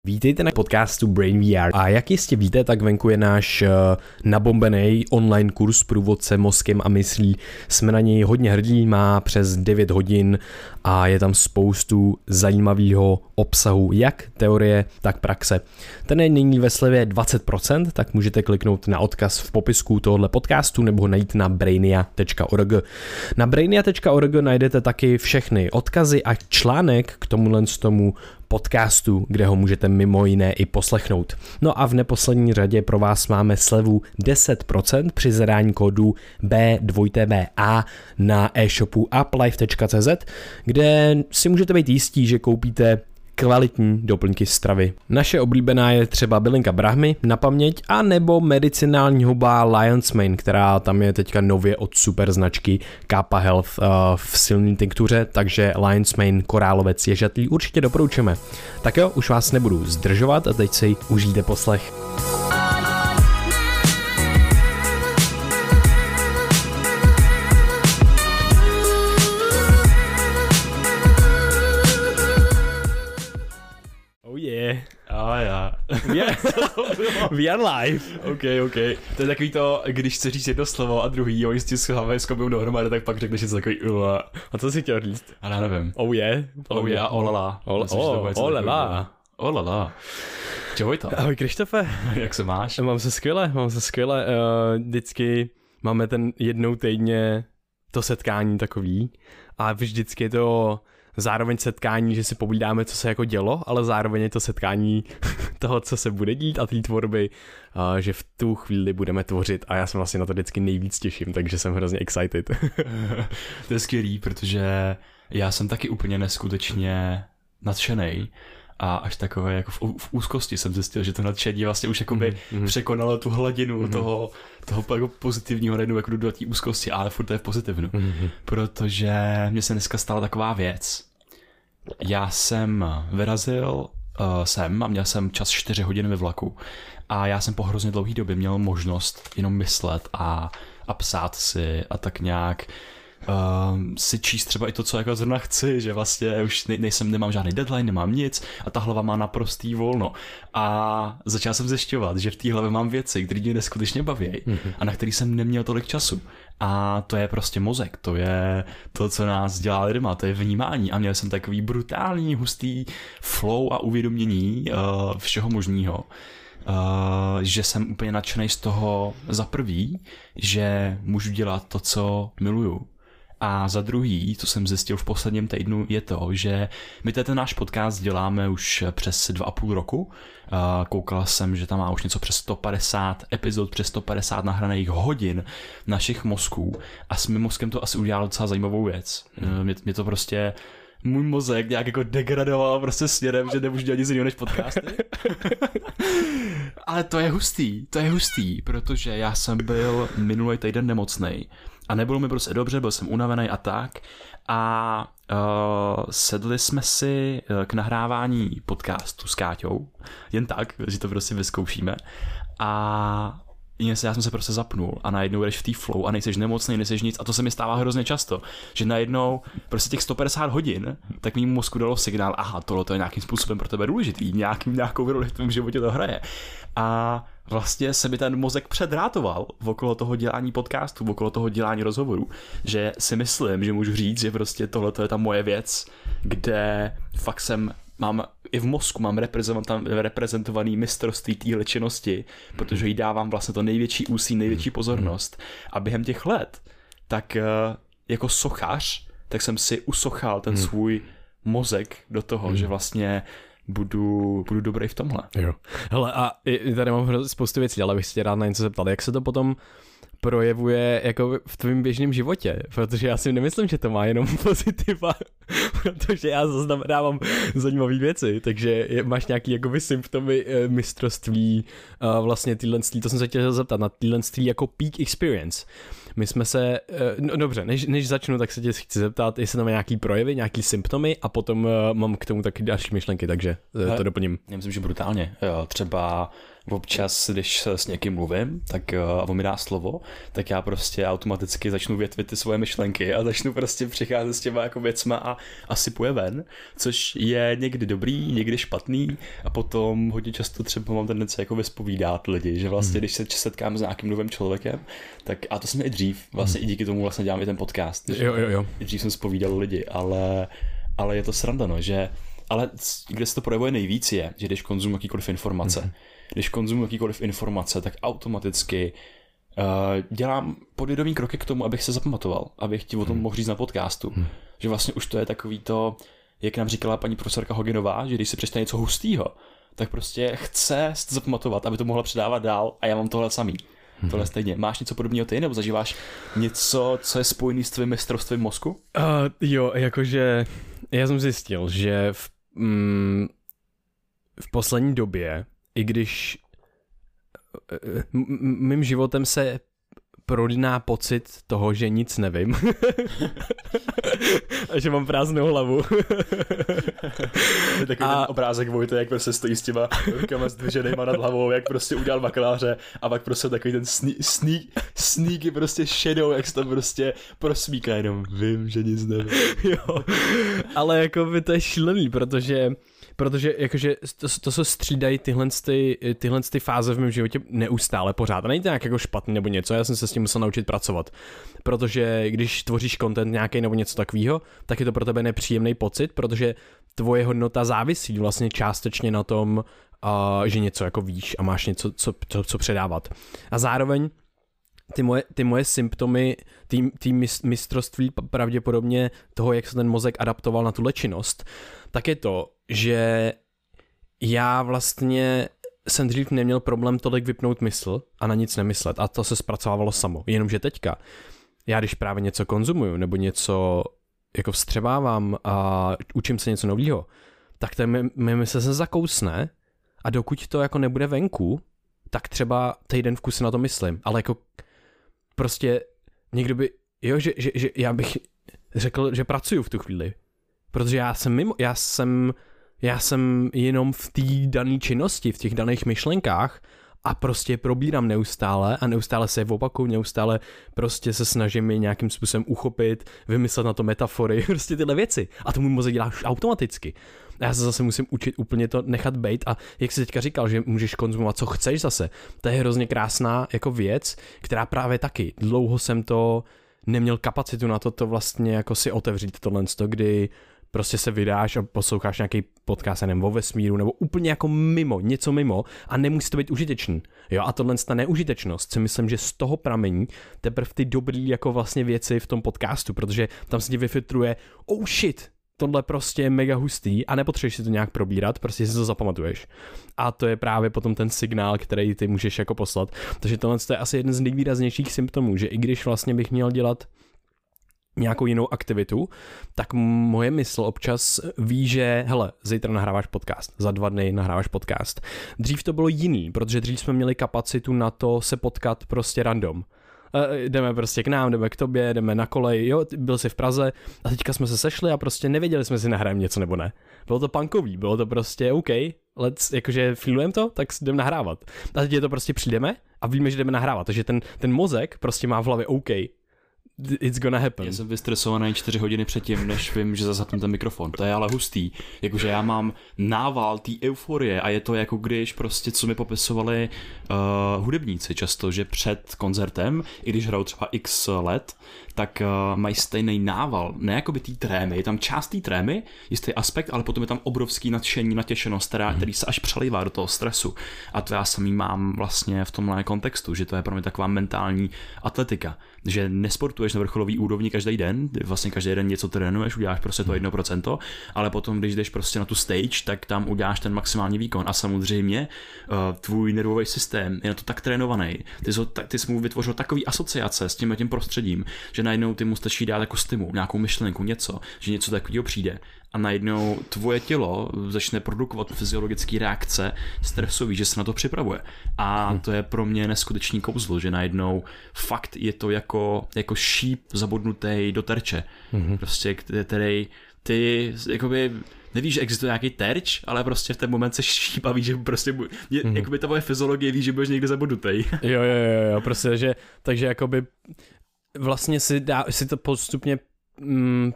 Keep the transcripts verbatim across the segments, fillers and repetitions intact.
Vítejte na podcastu Brain V R a jak jistě víte, tak venku je náš uh, nabombený online kurz Průvodce mozkem a myslí. Jsme na něj hodně hrdí, má přes devět hodin a je tam spoustu zajímavého obsahu, jak teorie, tak praxe. Ten je nyní ve slevě dvacet procent, tak můžete kliknout na odkaz v popisku tohoto podcastu nebo ho najít na brainia tečka org. Na brainia tečka org najdete taky všechny odkazy a článek k tomuhle z tomu podcastu, kde ho můžete mimo jiné i poslechnout. No a v neposlední řadě pro vás máme slevu deset procent při zadání kódu B dva B A na e-shopu uplife tečka cé zet, kde si můžete být jistí, že koupíte kvalitní doplňky stravy. Naše oblíbená je třeba bylinka brahmy na paměť a nebo medicinální huba Lion's Mane, která tam je teďka nově od super značky Kappa Health uh, v silný tinktuře, takže Lion's Mane korálovec ježatý určitě doporučujeme. Tak jo, už vás nebudu zdržovat a teď si užijte poslech. A já. We are live. OK, OK. To je takový to, když chci říct jedno slovo a druhý, oni si schlávají s kombou dohromady, tak pak řekneš něco takový ula. A co jsi chtěl říct? A já nevím. Oh yeah. Oh yeah, olala. Olala. Olala. Čau to. Ahoj Krištofe. Jak se máš? Mám se skvěle, mám se skvěle. Uh, vždycky máme ten jednou týdně to setkání takový a vždycky je to zároveň setkání, že si povídáme, co se jako dělo, ale zároveň je to setkání toho, co se bude dít a té tvorby, uh, že v tu chvíli budeme tvořit a já jsem vlastně na to vždycky nejvíc těším, takže jsem hrozně excited. To je skvělý, protože já jsem taky úplně neskutečně nadšenej a až takové jako v, v úzkosti jsem zjistil, že to nadšení vlastně už jakoby mm-hmm. překonalo tu hladinu mm-hmm. toho, toho jako pozitivního najednou jako do té úzkosti, ale furt to je v pozitivnu, mm-hmm. protože mně se dneska stala taková věc. Já jsem vyrazil uh, sem a měl jsem čas čtyři hodiny ve vlaku a já jsem po hrozně dlouhé době měl možnost jenom myslet a, a psát si a tak nějak Uh, si číst třeba i to, co jako zrovna chci, že vlastně už ne, nejsem, nemám žádný deadline, nemám nic a ta hlava má naprostý volno. A začal jsem zjišťovat, že v té hlavě mám věci, které mě neskutečně baví mm-hmm. a na který jsem neměl tolik času. A to je prostě mozek, to je to, co nás dělá lidma, to je vnímání a měl jsem takový brutální, hustý flow a uvědomění uh, všeho možného. Uh, že jsem úplně nadšenej z toho za prvý, že můžu dělat to, co miluju. A za druhý, co jsem zjistil v posledním týdnu, je to, že my ten náš podcast děláme už přes dva a půl roku. Koukal jsem, že tam má už něco přes sto padesát epizod, přes sto padesát nahraných hodin našich mozků a s mým mozkem to asi udělalo docela zajímavou věc. Mě, mě to prostě... Můj mozek nějak jako degradoval prostě směrem, že nemůžu dělat nic jiného než podcasty. Ale to je hustý, to je hustý, protože já jsem byl minulý týden nemocnej a nebylo mi prostě dobře, byl jsem unavený a tak a uh, sedli jsme si k nahrávání podcastu s Káťou, jen tak, že to prostě vyzkoušíme a já jsem se prostě zapnul a najednou jdeš v té flow a nejseš nemocnej, nejseš nic a to se mi stává hrozně často, že najednou prostě těch sto padesát hodin, tak mému mozku dalo signál, aha, tohle to je nějakým způsobem pro tebe důležitý, nějakým, nějakou roli v tvém životě to hraje. A vlastně se mi ten mozek předrátoval okolo toho dělání podcastu, okolo toho dělání rozhovorů, že si myslím, že můžu říct, že prostě tohle to je ta moje věc, kde fakt jsem mám i v mozku mám reprezentovaný mistrovství téhle činnosti, protože jí dávám vlastně to největší úsilí, největší pozornost. A během těch let, tak jako sochař, tak jsem si usochal ten svůj mozek do toho, hmm. že vlastně budu, budu dobrý v tomhle. Jo. Hele, a tady mám spoustu věcí, ale bych se tě rád na něco zeptal. Jak se to potom projevuje jako v tvém běžném životě, protože já si nemyslím, že to má jenom pozitiva, protože já zaznamenávám zajímavé věci, takže máš nějaký jakoby symptomy mistrovství vlastně týhle, to jsem se chtěl zeptat, na týhle jako peak experience. My jsme se, no dobře, než, než začnu, tak se tě chci zeptat, jestli tam má nějaký projevy, nějaký symptomy a potom mám k tomu taky další myšlenky, takže to doplním. Já myslím, že brutálně. Jo, třeba občas, když s někým mluvím, tak uh, on mi dá slovo, tak já prostě automaticky začnu větvit ty svoje myšlenky a začnu prostě přicházet s těma jako věcma a, a sypuje ven, což je někdy dobrý, někdy špatný a potom hodně často třeba mám tendenci jako vyspovídat lidi, že vlastně když se setkám s nějakým novým člověkem, tak a to jsem i dřív, vlastně hmm. i díky tomu vlastně dělám i ten podcast, že jo, jo, jo. I dřív jsem zpovídal lidi, ale, ale je to sranda, no, že ale kde se to projevuje nejvíc je, že když konzumuji jakýkoliv informace, hmm. když konzumuji jakýkoliv informace, tak automaticky uh, dělám podvědomý kroky k tomu, abych se zapamatoval, abych ti o tom hmm. mohl říct na podcastu. Hmm. Že vlastně už to je takový to, jak nám říkala paní profesorka Hoginová, že když si přečte něco hustýho, tak prostě chce si to zapamatovat, aby to mohla předávat dál a já mám tohle samý. Hmm. Tohle stejně. Máš něco podobného ty, nebo zažíváš něco, co je spojený s tvým mistrovstvím mozku? Uh, jo, jakože já jsem zjistil, že v, mm, v poslední době, i když m- mým životem se prolíná pocit toho, že nic nevím. A že mám prázdnou hlavu. Je takový a... ten obrázek Vojty, jak prostě stojí s těma rukama zdviženýma nad hlavou, jak prostě udělal bakaláře a pak prostě takový ten sneak, sneak, sneak je prostě shadow, jak se tam prostě prosmíká, jenom vím, že nic nevím. Jo, ale jako by to je šílený, protože Protože jakože to, to se střídají tyhle, ty, tyhle ty fáze v mém životě neustále pořád. A není to nějak jako špatný nebo něco, já jsem se s tím musel naučit pracovat. Protože když tvoříš content nějaký nebo něco takového, tak je to pro tebe nepříjemný pocit, protože tvoje hodnota závisí vlastně částečně na tom, uh, že něco jako víš a máš něco, co, co, co předávat. A zároveň ty moje, ty moje symptomy, ty, ty mistrovství pravděpodobně toho, jak se ten mozek adaptoval na tu činnost, tak je to, že já vlastně jsem dřív neměl problém tolik vypnout mysl a na nic nemyslet a to se zpracovávalo samo. Jenomže teďka, já když právě něco konzumuju nebo něco jako vstřebávám a učím se něco nového, tak to mé mysl se zakousne a dokud to jako nebude venku, tak třeba týden v kuse na to myslím, ale jako prostě někdo by, jo, že, že, že já bych řekl, že pracuju v tu chvíli, protože já jsem mimo, já jsem, já jsem jenom v té dané činnosti, v těch daných myšlenkách a prostě probírám neustále a neustále se je opakuju, neustále prostě se snažím je nějakým způsobem uchopit, vymyslet na to metafory, prostě tyhle věci. A to můj mozek dělá už automaticky. A já se zase musím učit úplně to nechat bejt a jak jsi teďka říkal, že můžeš konzumovat, co chceš zase. To je hrozně krásná jako věc, která právě taky, dlouho jsem to neměl kapacitu na to, to vlastně jako si otevřít tohle, kdy prostě se vydáš a posloucháš nějaký podcast, nevím, o vesmíru, nebo úplně jako mimo, něco mimo a nemusí to být užitečný. Jo, a tohle ta neužitečnost si myslím, že z toho pramení teprve ty dobrý jako vlastně věci v tom podcastu, protože tam se ti vyfiltruje, oh shit, tohle prostě je mega hustý a nepotřebuješ si to nějak probírat, prostě si to zapamatuješ. A to je právě potom ten signál, který ty můžeš jako poslat. Takže tohle je asi jeden z nejvýraznějších symptomů, že i když vlastně bych měl dělat nějakou jinou aktivitu, tak moje mysl občas ví, že hele, zítra nahráváš podcast, za dva dny nahráváš podcast. Dřív to bylo jiný, protože dřív jsme měli kapacitu na to se potkat prostě random. E, jdeme prostě k nám, jdeme k tobě, jdeme na kolej, jo, byl jsi v Praze a teďka jsme se sešli a prostě nevěděli jsme si nahrajeme něco nebo ne. Bylo to punkový, bylo to prostě OK, let's, jakože feelujeme to, tak jdeme nahrávat. A teď je to prostě přijdeme a víme, že jdeme nahrávat, takže ten, ten mozek prostě má v hlavě OK, it's gonna happen. Já jsem vystresovaný čtyři hodiny předtím, než vím, že zapnu ten mikrofon. To je ale hustý. Jakože já mám nával té euforie a je to jako když prostě, co mi popisovali uh, hudebníci často, že před koncertem, i když hrajou třeba x let, tak uh, mají stejný nával. Ne jako by té trémy, je tam část té trémy, jistý aspekt, ale potom je tam obrovský nadšení, natěšenost, která, mm. který se až přelívá do toho stresu. A to já samý mám vlastně v tomhle kontextu, že to je pro mě taková mentální atletika, že nesportuješ na vrcholový úrovni každý den, vlastně každý den něco trénuješ, uděláš prostě to jedno procento, ale potom, když jdeš prostě na tu stage, tak tam uděláš ten maximální výkon a samozřejmě uh, tvůj nervový systém je na to tak trénovaný, ty jsi, ty jsi mu vytvořil takový asociace s tím tím prostředím, že najednou ty mu stačí dát jako stimul, nějakou myšlenku, něco, že něco takového přijde a najednou tvoje tělo začne produkovat fyziologické reakce stresový, že se na to připravuje. A to je pro mě neskutečný kouzlo, že najednou fakt je to jako, jako šíp zabodnutý do terče. Mm-hmm. Prostě, který ty jakoby nevíš, že existuje nějaký terč, ale prostě v ten moment se šípavý, že prostě je, mm. jakoby ta moje fyziologie ví, že budeš někde zabodutej. Jo, jo, jo, jo, prostě, že, takže jakoby vlastně si, dá, si to postupně mm,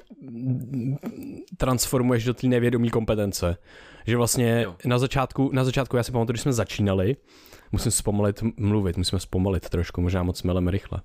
transformuješ do té nevědomí kompetence. Že vlastně jo. na začátku, na začátku, já si pamatuju, když jsme začínali, musím zpomalit mluvit, musíme zpomalit trošku, možná moc meleme rychle.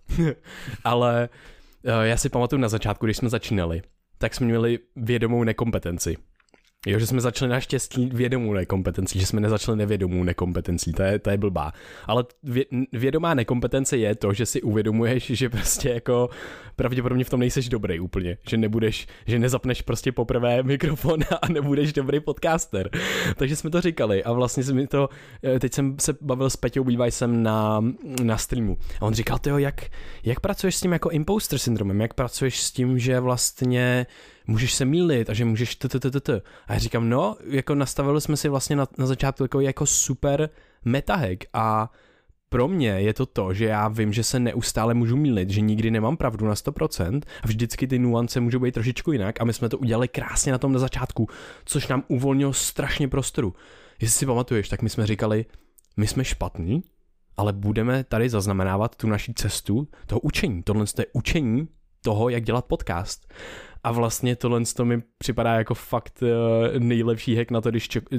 Ale já si pamatuju na začátku, když jsme začínali, tak jsme měli vědomou nekompetenci. Jo, že jsme začali naštěstí vědomou nekompetencí, že jsme nezačali nevědomou nekompetencí, to je, to je blbá. Ale vě, vědomá nekompetence je to, že si uvědomuješ, že prostě jako pravděpodobně v tom nejseš dobrý úplně, že nebudeš, že nezapneš prostě poprvé mikrofon a nebudeš dobrý podcaster. Takže jsme to říkali a vlastně jsme to, teď jsem se bavil s Peťou Bývajsem na, na streamu a on říkal, tyjo, jak, jak pracuješ s tím jako imposter syndromem, jak pracuješ s tím, že vlastně můžeš se mýlit a že můžeš t. A já říkám, no, jako nastavili jsme si vlastně na, na začátku jako, jako super metahack a pro mě je to to, že já vím, že se neustále můžu mýlit, že nikdy nemám pravdu na sto procent a vždycky ty nuance můžou být trošičku jinak a my jsme to udělali krásně na tom na začátku, což nám uvolnilo strašně prostoru. Jestli si pamatuješ, tak my jsme říkali, my jsme špatní, ale budeme tady zaznamenávat tu naši cestu toho učení. Tohle je učení toho, jak dělat podcast. A vlastně tohle to mi připadá jako fakt nejlepší hack na to, když č-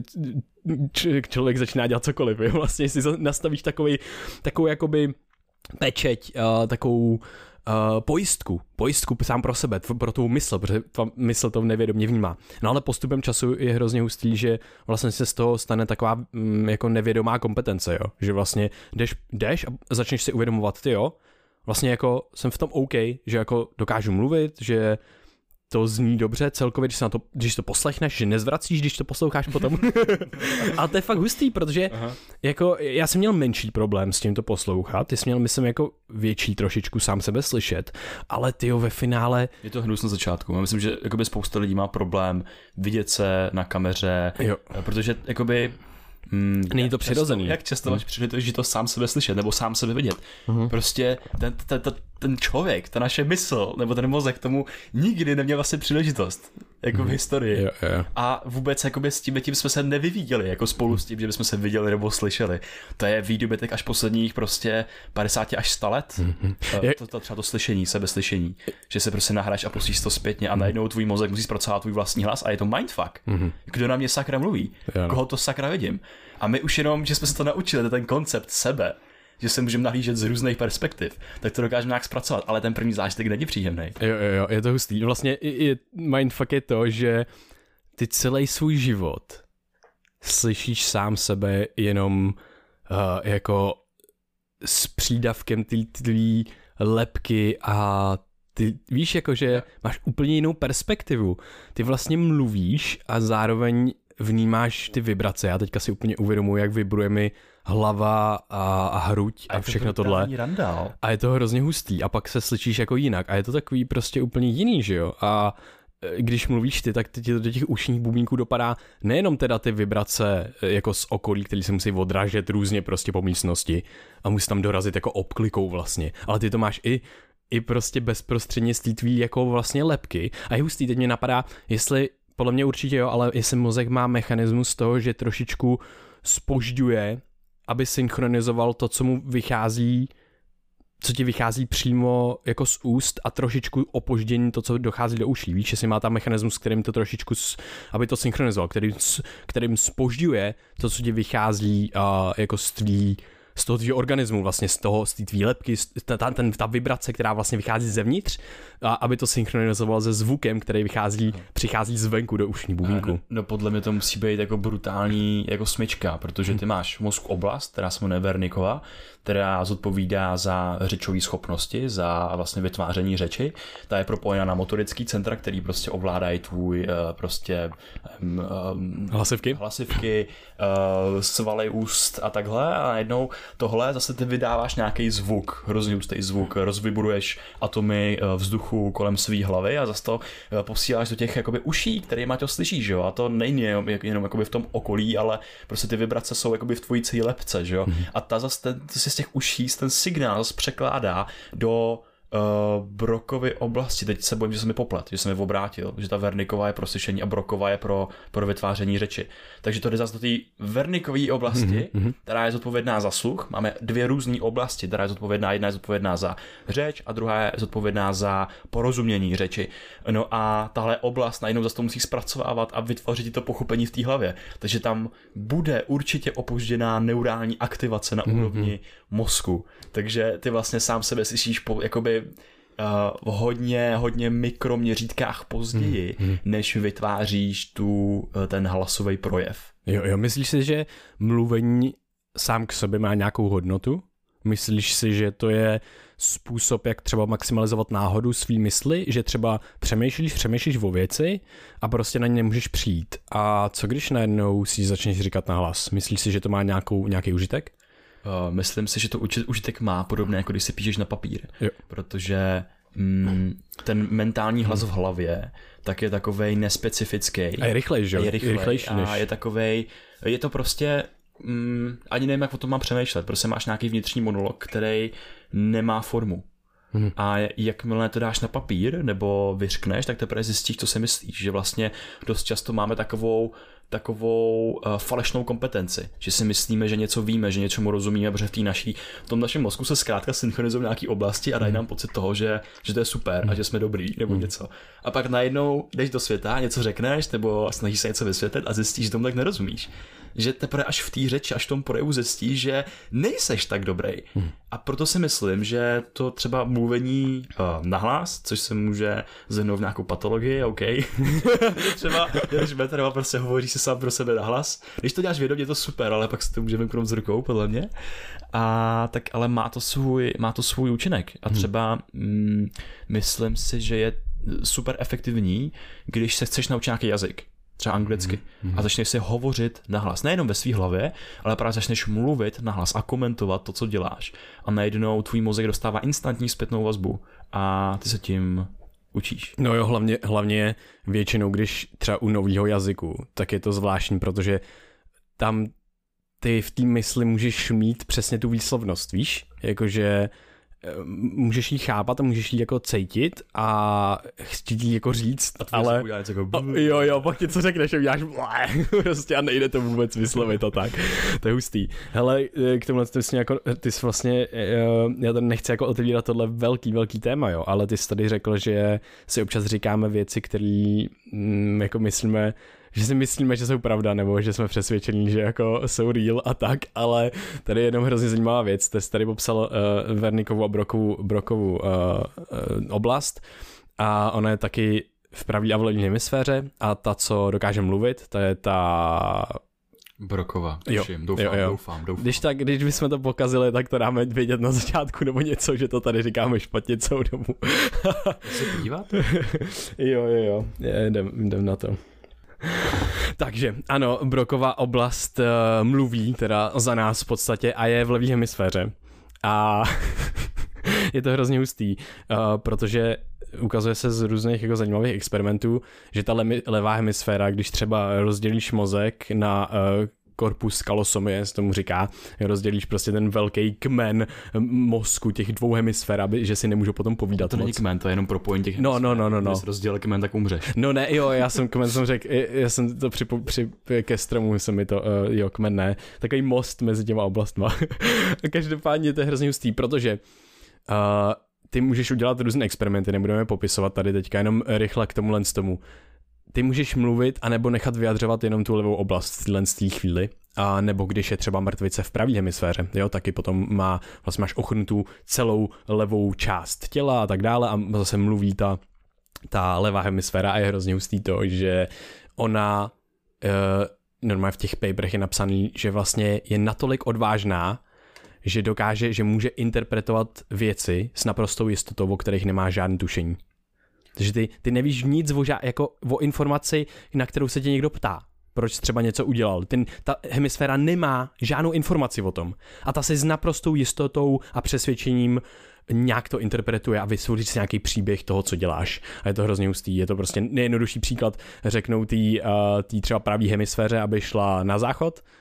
č- člověk začíná dělat cokoliv. Jo? Vlastně si nastavíš takový, takovou jakoby pečeť, uh, takovou uh, pojistku, pojistku sám pro sebe, pro tu mysl, protože ta mysl to nevědomě vnímá. No ale postupem času je hrozně hustý, že vlastně se z toho stane taková mm, jako nevědomá kompetence, jo? Že vlastně jdeš, jdeš a začneš si uvědomovat, ty jo, vlastně jako jsem v tom OK, že jako dokážu mluvit, že to zní dobře celkově, když, se na to, když to poslechneš, že nezvracíš, když to posloucháš potom. Ale to je fakt hustý, protože jako já jsem měl menší problém s tím to poslouchat, ty jsi měl, myslím, jako větší trošičku sám sebe slyšet, ale tyjo, ve finále... Je to hnus na začátku. Já myslím, že jakoby spousta lidí má problém vidět se na kameře, jo. Protože jakoby... Hmm, Není to přirozený. Jak často máš příležitost, že to sám sebe slyšet nebo sám sebe vidět. Uh-huh. Prostě ten, ten, ten, ten člověk, ta naše mysl nebo ten mozek tomu nikdy neměl vlastně příležitost jako uh-huh. v historii. Jo, jo. A vůbec jakoby s tím, tím jsme se nevyvíjeli jako spolu s tím, že bychom se viděli nebo slyšeli. To je výdobytek až posledních prostě padesát až sto let. Uh-huh. To, to, to třeba to slyšení, sebeslyšení. Že se prostě nahráš a pustíš to zpětně a najednou tvůj mozek musí zpracovat tvůj vlastní hlas a je to mindfuck. Uh-huh. Kdo na mě sakra mluví? Jo. Koho to sakra vidím? A my už jenom, že jsme se to naučili, ten koncept sebe, že se můžeme nahlížet z různých perspektiv, tak to dokážeme nějak zpracovat, ale ten první zážitek není příjemný. Jo, jo, jo, je to hustý. Vlastně je, mindfuck je to, že ty celý svůj život slyšíš sám sebe jenom uh, jako s přídavkem ty tvý lepky a ty víš, jako že máš úplně jinou perspektivu. Ty vlastně mluvíš a zároveň vnímáš ty vibrace. Já teďka si úplně uvědomuji, jak vibruje mi hlava a, a hruď a, a všechno to tohle. Randál. A je to hrozně hustý. A pak se slyšíš jako jinak. A je to takový prostě úplně jiný, že jo? A když mluvíš ty, tak ti do těch ušních bubínků dopadá nejenom teda ty vibrace jako z okolí, který se musí odrážet různě prostě po místnosti a musí tam dorazit jako obklikou vlastně. Ale ty to máš i i prostě bezprostředně z té tvý jako vlastně lepky. A je hustý, teď mě napadá, jestli podle mě určitě jo, ale jestli mozek má mechanismus toho, že trošičku zpožďuje, aby synchronizoval to, co mu vychází, co ti vychází přímo jako z úst a trošičku opoždění to, co dochází do uší. Víš, jestli má tam mechanismus, kterým to trošičku, aby to synchronizoval, kterým, kterým zpožďuje to, co ti vychází uh, jako z tvý z toho tvýho organismu, vlastně z toho, z té tvý lepky, ta, ten, ta vibrace, která vlastně vychází zevnitř, a aby to synchronizoval se zvukem, který vychází, přichází zvenku do ušní bubínku. No, no podle mě to musí být jako brutální jako smyčka, protože ty máš mozku oblast, která se jmenuje Wernickeova, která zodpovídá za řečové schopnosti, za vlastně vytváření řeči. Ta je propojena na motorický centra, který prostě ovládají tvůj prostě um, um, hlasivky, hlasivky uh, svaly úst a takhle a najednou tohle zase ty vydáváš nějaký zvuk, hrozně hustý zvuk, rozvibruješ atomy vzduchu kolem svý hlavy a zase to posíláš do těch jakoby uší, kterýma to slyšíš, že jo? A to není jenom, jenom jakoby v tom okolí, ale prostě ty vibrace jsou jakoby v tvojí celé lepce, že jo? Mm-hmm. A ta zase ten, z těch uší ten signál zase překládá do Uh, Brokovy oblasti, teď se bojím, že jsem mi poplet, že jsem mi obrátil, že ta Wernicková je pro slyšení a Broková je pro, pro vytváření řeči. Takže to jde zase do té Wernickové oblasti, mm-hmm. která je zodpovědná za sluch. Máme dvě různé oblasti, která je zodpovědná, jedna je zodpovědná za řeč a druhá je zodpovědná za porozumění řeči. No a tahle oblast najednou zase to musí zpracovávat a vytvořit to pochopení v té hlavě. Takže tam bude určitě opožděná neurální aktivace na úrovni mm-hmm. mozku. Takže ty vlastně sám sebe slyšíš po, jakoby Uh, v hodně, hodně mikroměřítkách později, hmm, hmm. než vytváříš tu, uh, ten hlasový projev. Jo, jo, myslíš si, že mluvení sám k sobě má nějakou hodnotu? Myslíš si, že to je způsob, jak třeba maximalizovat náhodu svý mysli, že třeba přemýšlíš, přemýšlíš o věci a prostě na ně nemůžeš přijít. A co když najednou si začneš říkat nahlas? Myslíš si, že to má nějakou, nějaký užitek? Uh, myslím si, že to užitek má podobné, jako když si píšeš na papír. Jo. Protože mm, ten mentální hlas v hlavě tak je takovej nespecifický. A je rychlej, že jo? Je rychlej, rychlejší než... A je takovej, je to prostě, mm, ani nevím, jak o tom mám přemýšlet. Prostě máš nějaký vnitřní monolog, který nemá formu. Hmm. A jakmile to dáš na papír nebo vyřkneš, tak teprve zjistíš, co si myslíš. Že vlastně dost často máme takovou takovou uh, falešnou kompetenci, že si myslíme, že něco víme, že něčemu rozumíme, protože v, tý naší, v tom našem mozku se zkrátka synchronizují nějaký oblasti a dají nám pocit toho, že, že to je super a že jsme dobrý nebo něco. A pak najednou jdeš do světa, něco řekneš nebo snažíš se něco vysvětlit a zjistíš, že tomu tak nerozumíš. Že teprve až v té řeči, až v tom projevu zjistíš, že nejseš tak dobrý. A proto si myslím, že to třeba mluvení uh, nahlas, což se může zhrnout v nějakou patologii, OK. Třeba, když Betrova prostě hovoří se sám pro sebe nahlas. Když to děláš vědomě, je to super, ale pak se to může vymknout z rukou, podle mě. A tak ale má to svůj, má to svůj účinek. A třeba mm, myslím si, že je super efektivní, když se chceš naučit nějaký jazyk. Třeba anglicky. Mm-hmm. A začneš si hovořit nahlas. Nejenom ve své hlavě, ale právě začneš mluvit nahlas a komentovat to, co děláš. A najednou tvůj mozek dostává instantní zpětnou vazbu a ty se tím učíš. No jo, hlavně, hlavně většinou, když třeba u nového jazyku, tak je to zvláštní, protože tam ty v té mysli můžeš mít přesně tu výslovnost, víš? Jakože můžeš jí chápat a můžeš jí jako cítit a chtít jí jako říct, ale jako... a, jo jo, pak něco řekneš a uděláš prostě a nejde to vůbec vyslovit a tak. To je hustý. Hele, k tomuhle ty jsi, jako, ty jsi vlastně, já tady nechci jako otevírat tohle velký, velký téma, jo, ale ty jsi tady řekl, že si občas říkáme věci, které mm, jako myslíme, že si myslíme, že jsou pravda, nebo že jsme přesvědčení, že jako jsou real a tak, ale tady je jenom hrozně zajímavá věc. Ty jsi tady popsal uh, Wernickovu a Brokovu, Brokovu uh, uh, oblast a ona je taky v pravý a v levý hemisféře a ta, co dokáže mluvit, to je ta... Brokova, tuším, doufám, jo, jo. doufám, doufám. Když, tak, když bychom to pokazili, tak to dáme vědět na začátku nebo něco, že to tady říkáme špatně celou dobu. Se podívat? jo, jo, jo, jdem, jdem na to. Takže ano, Broková oblast uh, mluví teda za nás v podstatě a je v levý hemisféře. A je to hrozně hustý, uh, protože ukazuje se z různých jako zajímavých experimentů, že ta le- levá hemisféra, když třeba rozdělíš mozek na uh, corpus callosomie, se tomu říká, rozdělíš prostě ten velký kmen mozku těch dvou hemisfér, aby, že si nemůžu potom povídat. To není kmen, to je jenom propojení těch no, no, no, no, no. Když rozdělil kmen, tak umřeš. No ne, jo, já jsem kmen jsem řekl, já jsem to při, při ke stromu jsem mi to, uh, jo, kmen ne, takový most mezi těma oblastma. Každopádně to je hrozně hustý, protože uh, ty můžeš udělat různé experimenty, nebudeme popisovat tady teďka, jenom rychle k tomuhle z tomu. Ty můžeš mluvit anebo nechat vyjadřovat jenom tu levou oblast v té chvíli, a nebo když je třeba mrtvice v pravý hemisféře, jo, taky potom má, vlastně máš ochrnutou celou levou část těla a tak dále a zase mluví ta, ta levá hemisféra a je hrozně hustý to, že ona, e, normálně v těch paperech je napsaný, že vlastně je natolik odvážná, že dokáže, že může interpretovat věci s naprostou jistotou, o kterých nemá žádné tušení. Takže ty, ty nevíš nic o, ža- jako o informaci, na kterou se tě někdo ptá. Proč třeba něco udělal. Ten, ta hemisféra nemá žádnou informaci o tom. A ta se s naprostou jistotou a přesvědčením nějak to interpretuje a vysvětlí si nějaký příběh toho, co děláš. A je to hrozně hustý. Je to prostě nejjednodušší příklad. Řeknou tý, uh, tý třeba pravý hemisféře, aby šla na záchod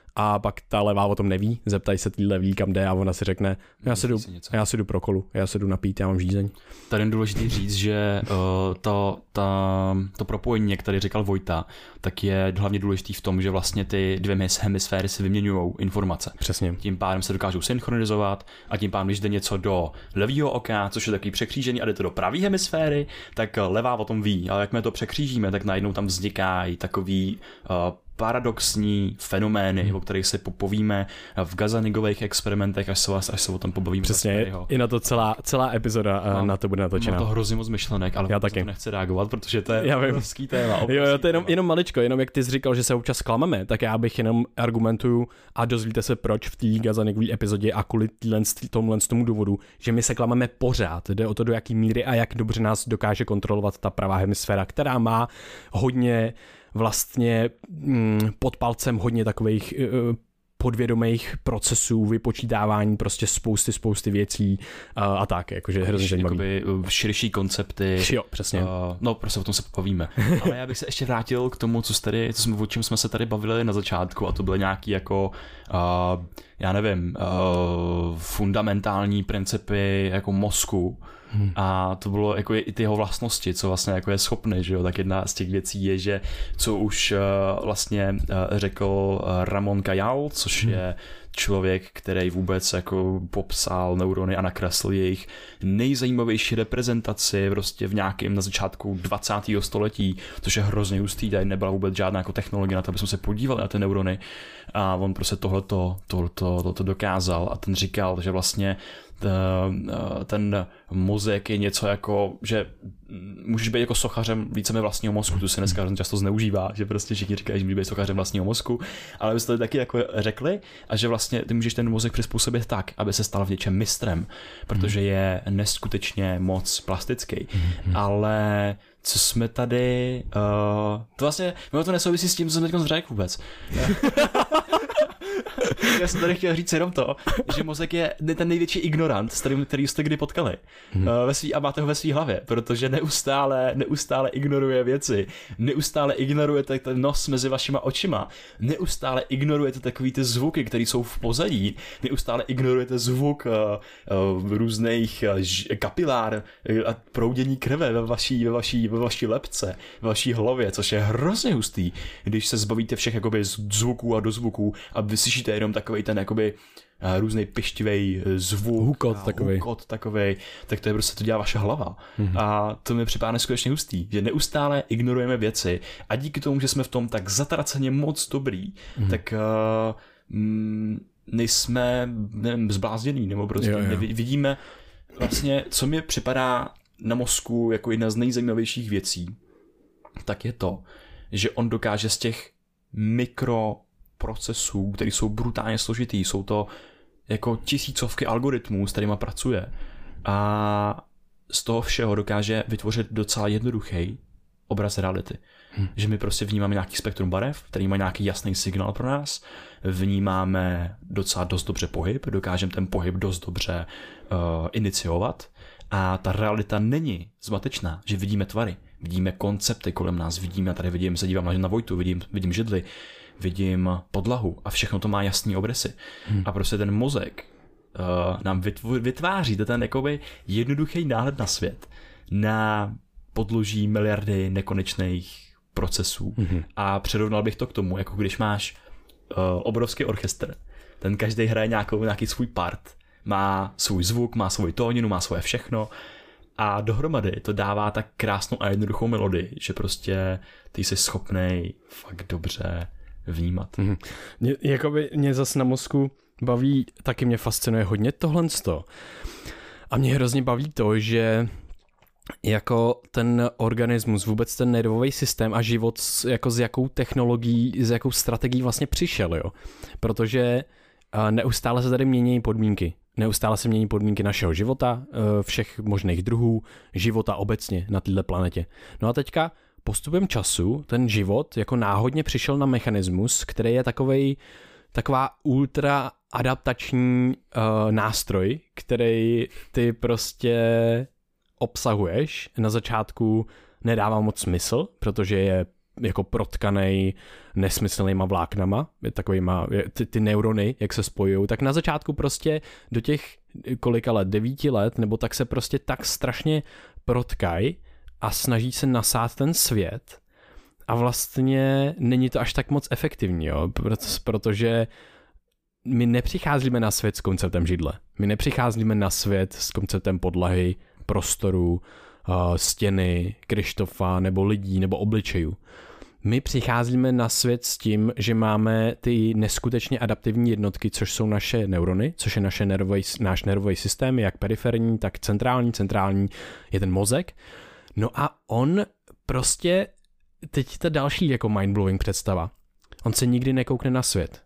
a pak ta levá o tom neví, zeptají se tý levý, kam jde a ona si řekne, já se jdu, já se jdu pro kolu, já se jdu napít, já mám žízeň. Tady je důležité říct, že uh, to, ta, to propojení, jak tady říkal Vojta, tak je hlavně důležitý v tom, že vlastně ty dvě hemisféry si vyměňují informace. Přesně. Tím pádem se dokážou synchronizovat a tím pádem, když jde něco do levého oka, což je takový překřížení a jde to do pravé hemisféry, tak levá o tom ví, ale jak my to překřížíme, tak najednou tam vznikají takový uh, paradoxní fenomény, hmm. o kterých se popovíme v Gazanigových experimentech, až se, až se o tom pobavíme. Přesně, i na to celá, celá epizoda no, na to bude natočená. Má to hrozně moc myšlenek, ale já taky nechci reagovat, protože to je obrovský téma. Obrovský jo, jo, to je jenom, jenom maličko, jenom jak ty jsi říkal, že se občas klameme, tak já bych jenom argumentuju a dozvíte se proč v té Gazanikové epizodě a kvůli tomhle tomu důvodu, že my se klameme pořád. Jde o to, do jaký míry a jak dobře nás dokáže kontrolovat ta pravá hemisféra, která má hodně vlastně mm, pod palcem hodně takových uh, podvědomých procesů, vypočítávání prostě spousty, spousty věcí uh, a tak, jakože hrozně zajímavý. Jakoby širší koncepty. Jo, přesně. Uh, no, prostě o tom se povíme. Ale já bych se ještě vrátil k tomu, co, tady, co jsme, o čem jsme se tady bavili na začátku a to byly nějaký jako, uh, já nevím, uh, fundamentální principy jako mozku. Hmm. A to bylo jako i ty jeho vlastnosti, co vlastně jako je schopný, že jo, tak jedna z těch věcí je, že co už uh, vlastně uh, řekl uh, Ramon Cajal, což hmm. je člověk, který vůbec jako popsal neurony a nakreslil jejich nejzajímavější reprezentaci prostě v nějakém na začátku dvacátého století, což je hrozně hustý, tady nebyla vůbec žádná jako technologie na to, aby jsme se podívali na ty neurony a on prostě tohleto, tohleto, tohleto dokázal a ten říkal, že vlastně ten mozek je něco jako, že můžeš být jako sochařem více vlastního mozku, to se dneska často zneužívá, že prostě všichni říkají, že můžeš být sochařem vlastního mozku, ale byste to taky jako řekli a že vlastně ty můžeš ten mozek přizpůsobit tak, aby se stal v něčem mistrem, protože je neskutečně moc plastický, ale co jsme tady, uh, to vlastně, no to nesouvisí s tím, co jsem teď řekl vůbec. Já jsem tady chtěl říct jenom to, že mozek je ten největší ignorant, s kterým, který jste kdy potkali. Hmm. Ve svý, a máte ho ve své hlavě, protože neustále, neustále ignoruje věci. Neustále ignorujete ten nos mezi vašima očima. Neustále ignorujete takový ty zvuky, které jsou v pozadí. Neustále ignorujete zvuk uh, uh, různých uh, kapilár uh, a proudění krve ve vaší, ve vaší, ve vaší lebce, ve vaší hlavě, což je hrozně hustý, když se zbavíte všech jakoby zvuků a dozvuků a vyslyšíte jenom takovej ten jakoby různý pištivej zvuk, hukot takovej. hukot takovej, tak to je prostě to dělá vaše hlava. Mm-hmm. A to mi připadá neskutečně hustý, že neustále ignorujeme věci a díky tomu, že jsme v tom tak zatraceně moc dobrý, mm-hmm. tak uh, mm, nejsme nevím, zblázněný, nebo prostě jo, jo. Vidíme vlastně, co mi připadá na mozku jako jedna z nejzajímavějších věcí, tak je to, že on dokáže z těch mikro procesů, které jsou brutálně složitý, jsou to jako tisícovky algoritmů, s kterýma pracuje a z toho všeho dokáže vytvořit docela jednoduchý obraz reality. Hmm. Že my prostě vnímáme nějaký spektrum barev, který má nějaký jasný signál pro nás, vnímáme docela dost dobře pohyb, dokážeme ten pohyb dost dobře uh, iniciovat a ta realita není zmatečná, že vidíme tvary, vidíme koncepty kolem nás, vidíme, tady vidím, se dívám na Vojtu, vidím, vidím židli, vidím podlahu a všechno to má jasný obrysy. Hmm. A prostě ten mozek uh, nám vytváří ten jakoby jednoduchý náhled na svět, na podloží miliardy nekonečných procesů. Hmm. A přirovnal bych to k tomu, jako když máš uh, obrovský orchestr, ten každý hraje nějakou, nějaký svůj part, má svůj zvuk, má svou tóninu, má svoje všechno a dohromady to dává tak krásnou a jednoduchou melodii, že prostě ty jsi schopnej fakt dobře vnímat. Mm-hmm. Mě, jakoby mě zase na mozku baví, taky mě fascinuje hodně tohlensto. A mě hrozně baví to, že jako ten organismus, vůbec ten nervový systém a život jako s jakou technologií, s jakou strategií vlastně přišel, jo. Protože neustále se tady mění podmínky. Neustále se mění podmínky našeho života, všech možných druhů, života obecně na této planetě. No a teďka postupem času ten život jako náhodně přišel na mechanismus, který je takovej, taková ultra adaptační uh, nástroj, který ty prostě obsahuješ. Na začátku nedává moc smysl, protože je jako protkanej nesmyslnýma vláknama, takovýma, ty, ty neurony, jak se spojují, tak na začátku prostě do těch kolika let, devíti let, nebo tak se prostě tak strašně protkají a snaží se nasát ten svět a vlastně není to až tak moc efektivní, jo, protože my nepřicházíme na svět s konceptem židle. My nepřicházíme na svět s konceptem podlahy, prostoru, stěny, Krištofa, nebo lidí, nebo obličejů. My přicházíme na svět s tím, že máme ty neskutečně adaptivní jednotky, což jsou naše neurony, což je naše nervový, náš nervový systém, jak periferní, tak centrální. Centrální je ten mozek. No a on prostě, teď ta další jako mindblowing představa, on se nikdy nekoukne na svět.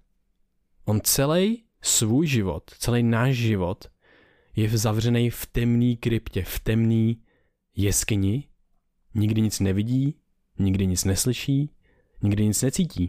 On celý svůj život, celý náš život je zavřený v temné kryptě, v temné jeskyni, nikdy nic nevidí, nikdy nic neslyší, nikdy nic necítí.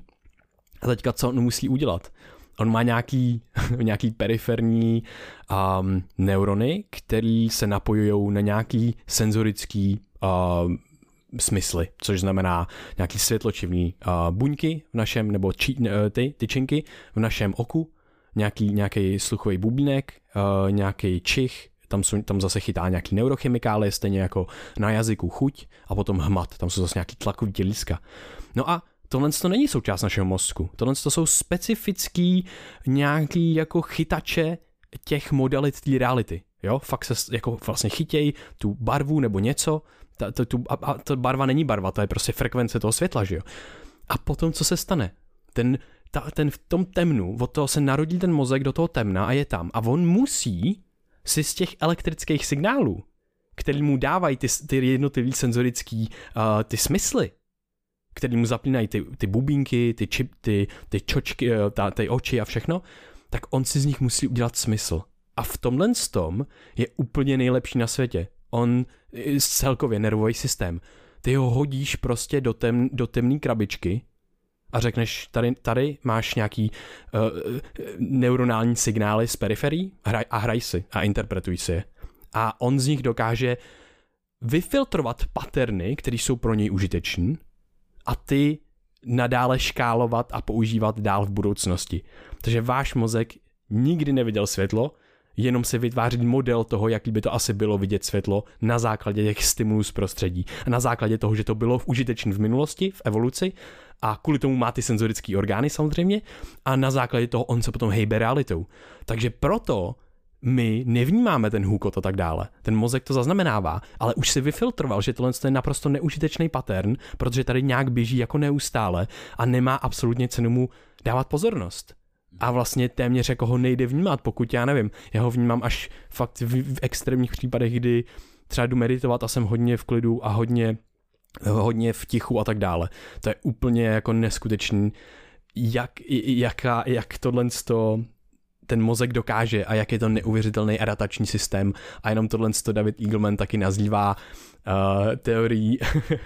A teďka co on musí udělat? On má nějaký, nějaký periferní um, neurony, které se napojují na nějaký senzorický um, smysly, což znamená nějaký světločivný uh, buňky v našem, nebo či, uh, ty tyčinky v našem oku, nějaký, nějaký sluchový bubínek, uh, nějaký čich, tam, jsou, tam zase chytá nějaký neurochemikálie, stejně jako na jazyku chuť a potom hmat, tam jsou zase nějaký tlakový tělíska. No a tohle to není součást našeho mozku, tohle to jsou specifický nějaký jako chytače těch modalit té reality, jo, fakt se jako vlastně chytějí tu barvu nebo něco, ta, ta, tu, a, a ta barva není barva, to je prostě frekvence toho světla, že jo. A potom co se stane? Ten, ta, ten v tom temnu, od toho se narodí ten mozek do toho temna a je tam a on musí si z těch elektrických signálů, který mu dávají ty, ty jednotlivý senzorický uh, ty smysly, který mu zapínají ty, ty bubínky, ty čip, ty, ty čočky, uh, ta, ty oči a všechno, tak on si z nich musí udělat smysl. A v tomhle tom je úplně nejlepší na světě. On celkově nervový systém. Ty ho hodíš prostě do, tem, do temné krabičky a řekneš, tady, tady máš nějaký uh, neuronální signály z periferí hraj, a hraj si a interpretuj si je. A on z nich dokáže vyfiltrovat paterny, které jsou pro něj užiteční a ty nadále škálovat a používat dál v budoucnosti. Takže váš mozek nikdy neviděl světlo, jenom se vytváří model toho, jaký by to asi bylo vidět světlo na základě těch stimulů z prostředí. A na základě toho, že to bylo užitečné v minulosti, v evoluci, a kvůli tomu má ty senzorické orgány samozřejmě, a na základě toho on se potom hejbe realitou. Takže proto my nevnímáme ten hůkot a tak dále. Ten mozek to zaznamenává, ale už si vyfiltroval, že tohle je naprosto neužitečný pattern, protože tady nějak běží jako neustále a nemá absolutně cenu mu dávat pozornost. A vlastně téměř jako ho nejde vnímat, pokud já nevím, já ho vnímám až fakt v, v extrémních případech, kdy třeba jdu meditovat a jsem hodně v klidu a hodně, hodně v tichu a tak dále. To je úplně jako neskutečný, jak, jaká, jak tohle to ten mozek dokáže a jak je to neuvěřitelný adaptační systém a jenom tohle to David Eagleman taky nazývá uh, teorií,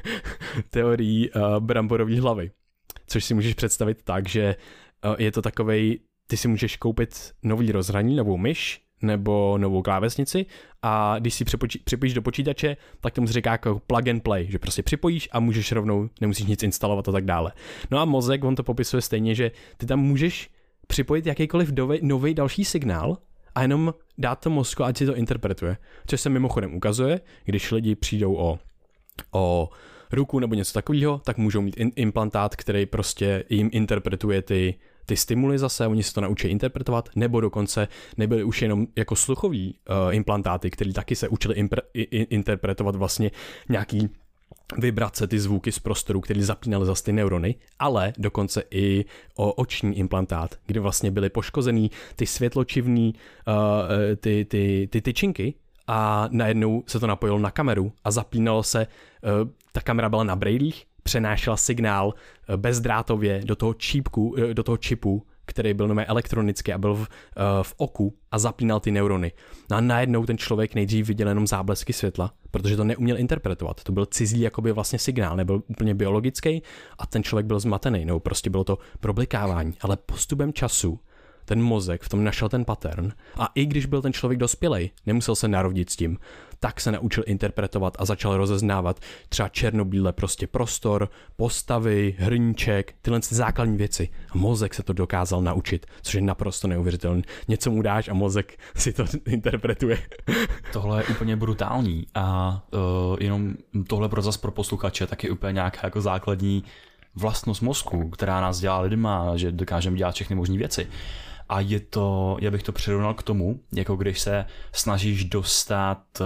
teorií uh, bramborový hlavy. Což si můžeš představit tak, že je to takovej, ty si můžeš koupit nový rozhraní, novou myš nebo novou klávesnici a když si připočí, připojíš do počítače, tak tomu se říká jako plug and play, že prostě připojíš a můžeš rovnou, nemusíš nic instalovat a tak dále. No a mozek, on to popisuje stejně, že ty tam můžeš připojit jakýkoliv nový další signál a jenom dát to mozku, ať si to interpretuje. Což se mimochodem ukazuje, když lidi přijdou o, o ruku nebo něco takového, tak můžou mít in, implantát, který prostě jim interpretuje ty, ty stimuly zase, oni se to naučí interpretovat, nebo dokonce nebyly už jenom jako sluchový uh, implantáty, který taky se učili impre, i, interpretovat vlastně nějaký vibrace, ty zvuky z prostoru, který zapínaly zase ty neurony, ale dokonce i o oční implantát, kde vlastně byly poškozený ty světločivný uh, ty, ty, ty tyčinky a najednou se to napojilo na kameru a zapínalo se, uh, ta kamera byla na brejlích, přenášela signál uh, bezdrátově do toho čípku, uh, do toho čipu, který byl nové elektronický a byl v, uh, v oku a zapínal ty neurony. No a najednou ten člověk nejdřív viděl jenom záblesky světla, protože to neuměl interpretovat. To byl cizí jakoby vlastně signál, nebyl úplně biologický a ten člověk byl zmatený, nebo prostě bylo to problikávání. Ale postupem času ten mozek v tom našel ten pattern a i když byl ten člověk dospělej, nemusel se narodit s tím, tak se naučil interpretovat a začal rozeznávat třeba černobíle prostě prostor, postavy, hrníček, tyhle základní věci. A mozek se to dokázal naučit, což je naprosto neuvěřitelné. Něco mu dáš a mozek si to interpretuje. Tohle je úplně brutální a uh, jenom tohle pro zas pro posluchače tak je úplně nějaká jako základní vlastnost mozku, která nás dělá lidma, že dokážeme dělat všechny možné věci. A je to, já bych to přirovnal k tomu, jako když se snažíš dostat uh,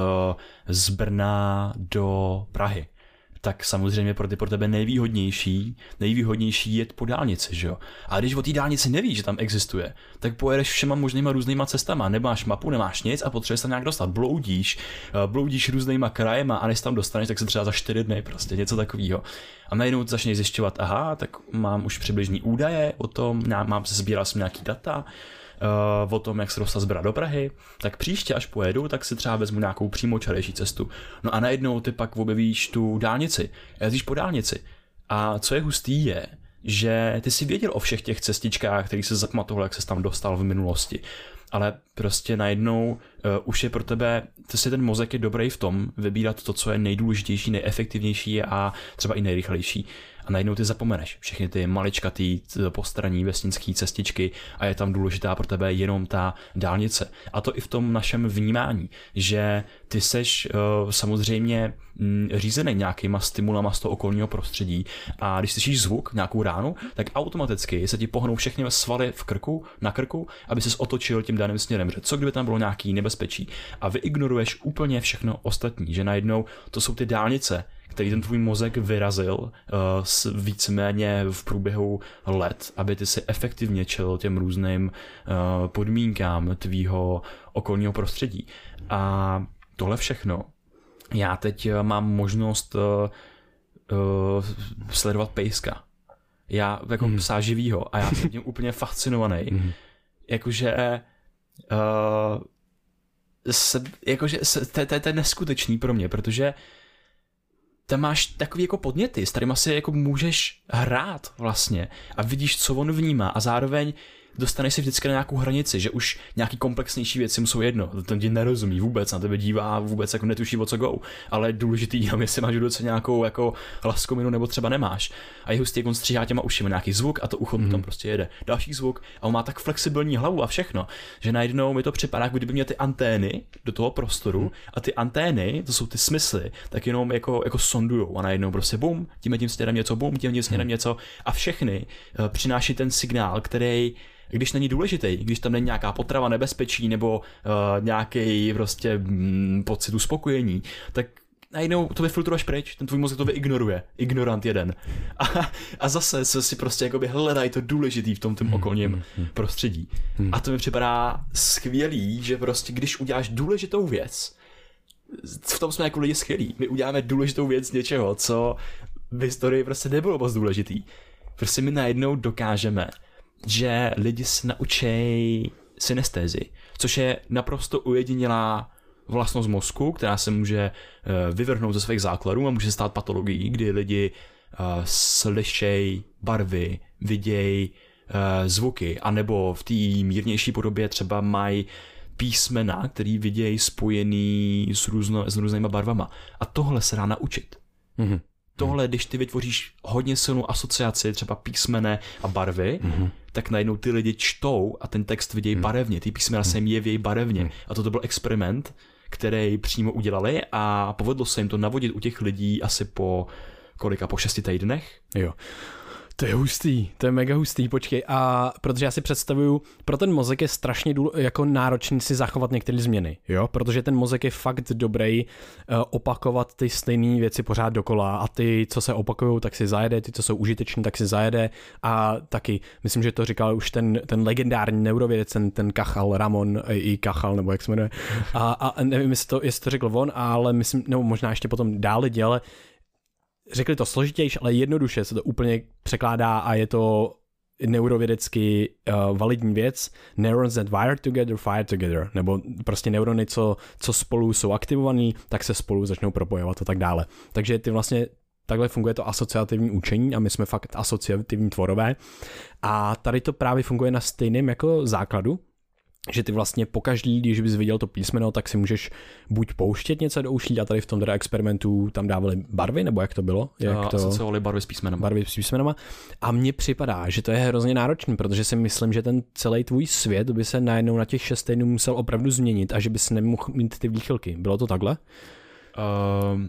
z Brna do Prahy. Tak samozřejmě pro ty pro tebe nejvýhodnější, nejvýhodnější jet po dálnici, že jo? A když o té dálnici nevíš, že tam existuje, tak pojedeš všema možnýma různýma cestama, nemáš mapu, nemáš nic a potřebuješ se nějak dostat, bloudíš, bloudíš různýma krajema a než tam dostaneš, tak se třeba za čtyři dny prostě něco takového. A najednou začneš zjišťovat, aha, tak mám už přibližní údaje o tom, mám se sbíral jsem nějaký data, Uh, o tom, jak se dostat z Brna do Prahy, tak příště, až pojedu, tak si třeba vezmu nějakou přímočarejší cestu. No a najednou ty pak objevíš tu dálnici, jezdíš po dálnici. A co je hustý je, že ty si věděl o všech těch cestičkách, který se zapamatoval, jak se tam dostal v minulosti. Ale prostě najednou uh, už je pro tebe, to si ten mozek je dobrý v tom vybírat to, co je nejdůležitější, nejefektivnější a třeba i nejrychlejší. A najednou ty zapomeneš všechny ty maličkatý postranní vesnický cestičky a je tam důležitá pro tebe jenom ta dálnice. A to i v tom našem vnímání, že ty seš uh, samozřejmě mm, řízený nějakýma stimulama z toho okolního prostředí a když slyšíš zvuk, nějakou ránu, tak automaticky se ti pohnou všechny svaly v krku, na krku, aby ses otočil tím daným směrem, že co kdyby tam bylo nějaký nebezpečí a vyignoruješ úplně všechno ostatní, že najednou to jsou ty dálnice, který ten tvůj mozek vyrazil uh, s víceméně v průběhu let, aby ty si efektivně čelil těm různým uh, podmínkám tvýho okolního prostředí. A tohle všechno. Já teď mám možnost uh, uh, sledovat pejska. Já jako hmm. psa živýho a já jsem tím úplně fascinovaný. Hmm. Jakože uh, se, jakože se, to, to, to je neskutečný pro mě, protože tam máš takový jako podněty, s kterýma si jako můžeš hrát vlastně a vidíš, co on vnímá a zároveň dostaneš si vždycky na nějakou hranici, že už nějaký komplexnější věci mu jsou jedno, ten ti nerozumí vůbec, na tebe dívá, vůbec jako netuší o co go, ale důležitý je, jestli máš v ruce nějakou jako laskominu nebo třeba nemáš. A je hustý, jak on stříhá těma ušima nějaký zvuk a to ucho mm. tam prostě jede. Další zvuk a on má tak flexibilní hlavu a všechno, že najednou mi to připadá, jako kdyby měl ty antény do toho prostoru mm. a ty antény, to jsou ty smysly, tak jenom jako, jako sondujou a najednou prostě bum, tím tím směrem něco, bum, tím tím směrem mm. něco a všechny uh, přináší ten signál, který když není důležitý, když tam není nějaká potrava, nebezpečí nebo uh, nějaký prostě mm, pocit uspokojení, tak najednou to vyfiltruješ pryč, ten tvůj mozek to vyignoruje, ignorant jeden. A, a zase se si prostě jakoby hledají to důležitý v tom tím okolním prostředí. A to mi připadá skvělý, že prostě když uděláš důležitou věc, v tom jsme jako lidi skvělí, my uděláme důležitou věc z něčeho, co v historii prostě nebylo moc důležitý. Prostě my najednou dokážeme, že lidi se naučí synestézi, což je naprosto ujedinělá vlastnost mozku, která se může uh, vyvrhnout ze svých základů a může se stát patologií, kdy lidi uh, slyšejí barvy, vidějí uh, zvuky, anebo v té mírnější podobě třeba mají písmena, který vidějí spojený s, různo, s různýma barvama. A tohle se dá naučit. Mm-hmm. Tohle, když ty vytvoříš hodně silnou asociaci, třeba písmene a barvy, mm-hmm. tak najednou ty lidi čtou a ten text vidějí mm-hmm. barevně, ty písmena se jim jeví barevně. Mm-hmm. A toto byl experiment, který přímo udělali a povedlo se jim to navodit u těch lidí asi po kolika, po šesti týdnech. Jo. To je hustý, to je mega hustý, počkej. A protože já si představuju, pro ten mozek je strašně důle, jako náročný si zachovat některé změny, jo? Protože ten mozek je fakt dobrý uh, opakovat ty stejné věci pořád dokola a ty, co se opakujou, tak si zajede, ty, co jsou užiteční, tak si zajede a taky, myslím, že to říkal už ten, ten legendární neurovědec, ten, ten Kachal, Ramon i Kachal, nebo jak se jmenuje. A, a nevím, jestli to, jestli to řekl on, ale myslím, nebo možná ještě potom dál lidi, ale řekli to složitější, ale jednoduše se to úplně překládá a je to neurovědecky uh, validní věc. Neurons that wire together, fire together. Nebo prostě neurony, co, co spolu jsou aktivovaný, tak se spolu začnou propojovat a tak dále. Takže ty vlastně takhle funguje to asociativní učení a my jsme fakt asociativní tvorové. A tady to právě funguje na stejném jako základu, že ty vlastně pokaždý, když bys viděl to písmeno, tak si můžeš buď pouštět něco do uší a tady v tom teda experimentu tam dávali barvy, nebo jak to bylo? Jak to... Asociovali barvy s písmenama. Barvy s písmenama. A mně připadá, že to je hrozně náročný, protože si myslím, že ten celý tvůj svět by se najednou na těch šest týdnů musel opravdu změnit a že bys nemohl mít ty výchylky. Bylo to takhle? Um...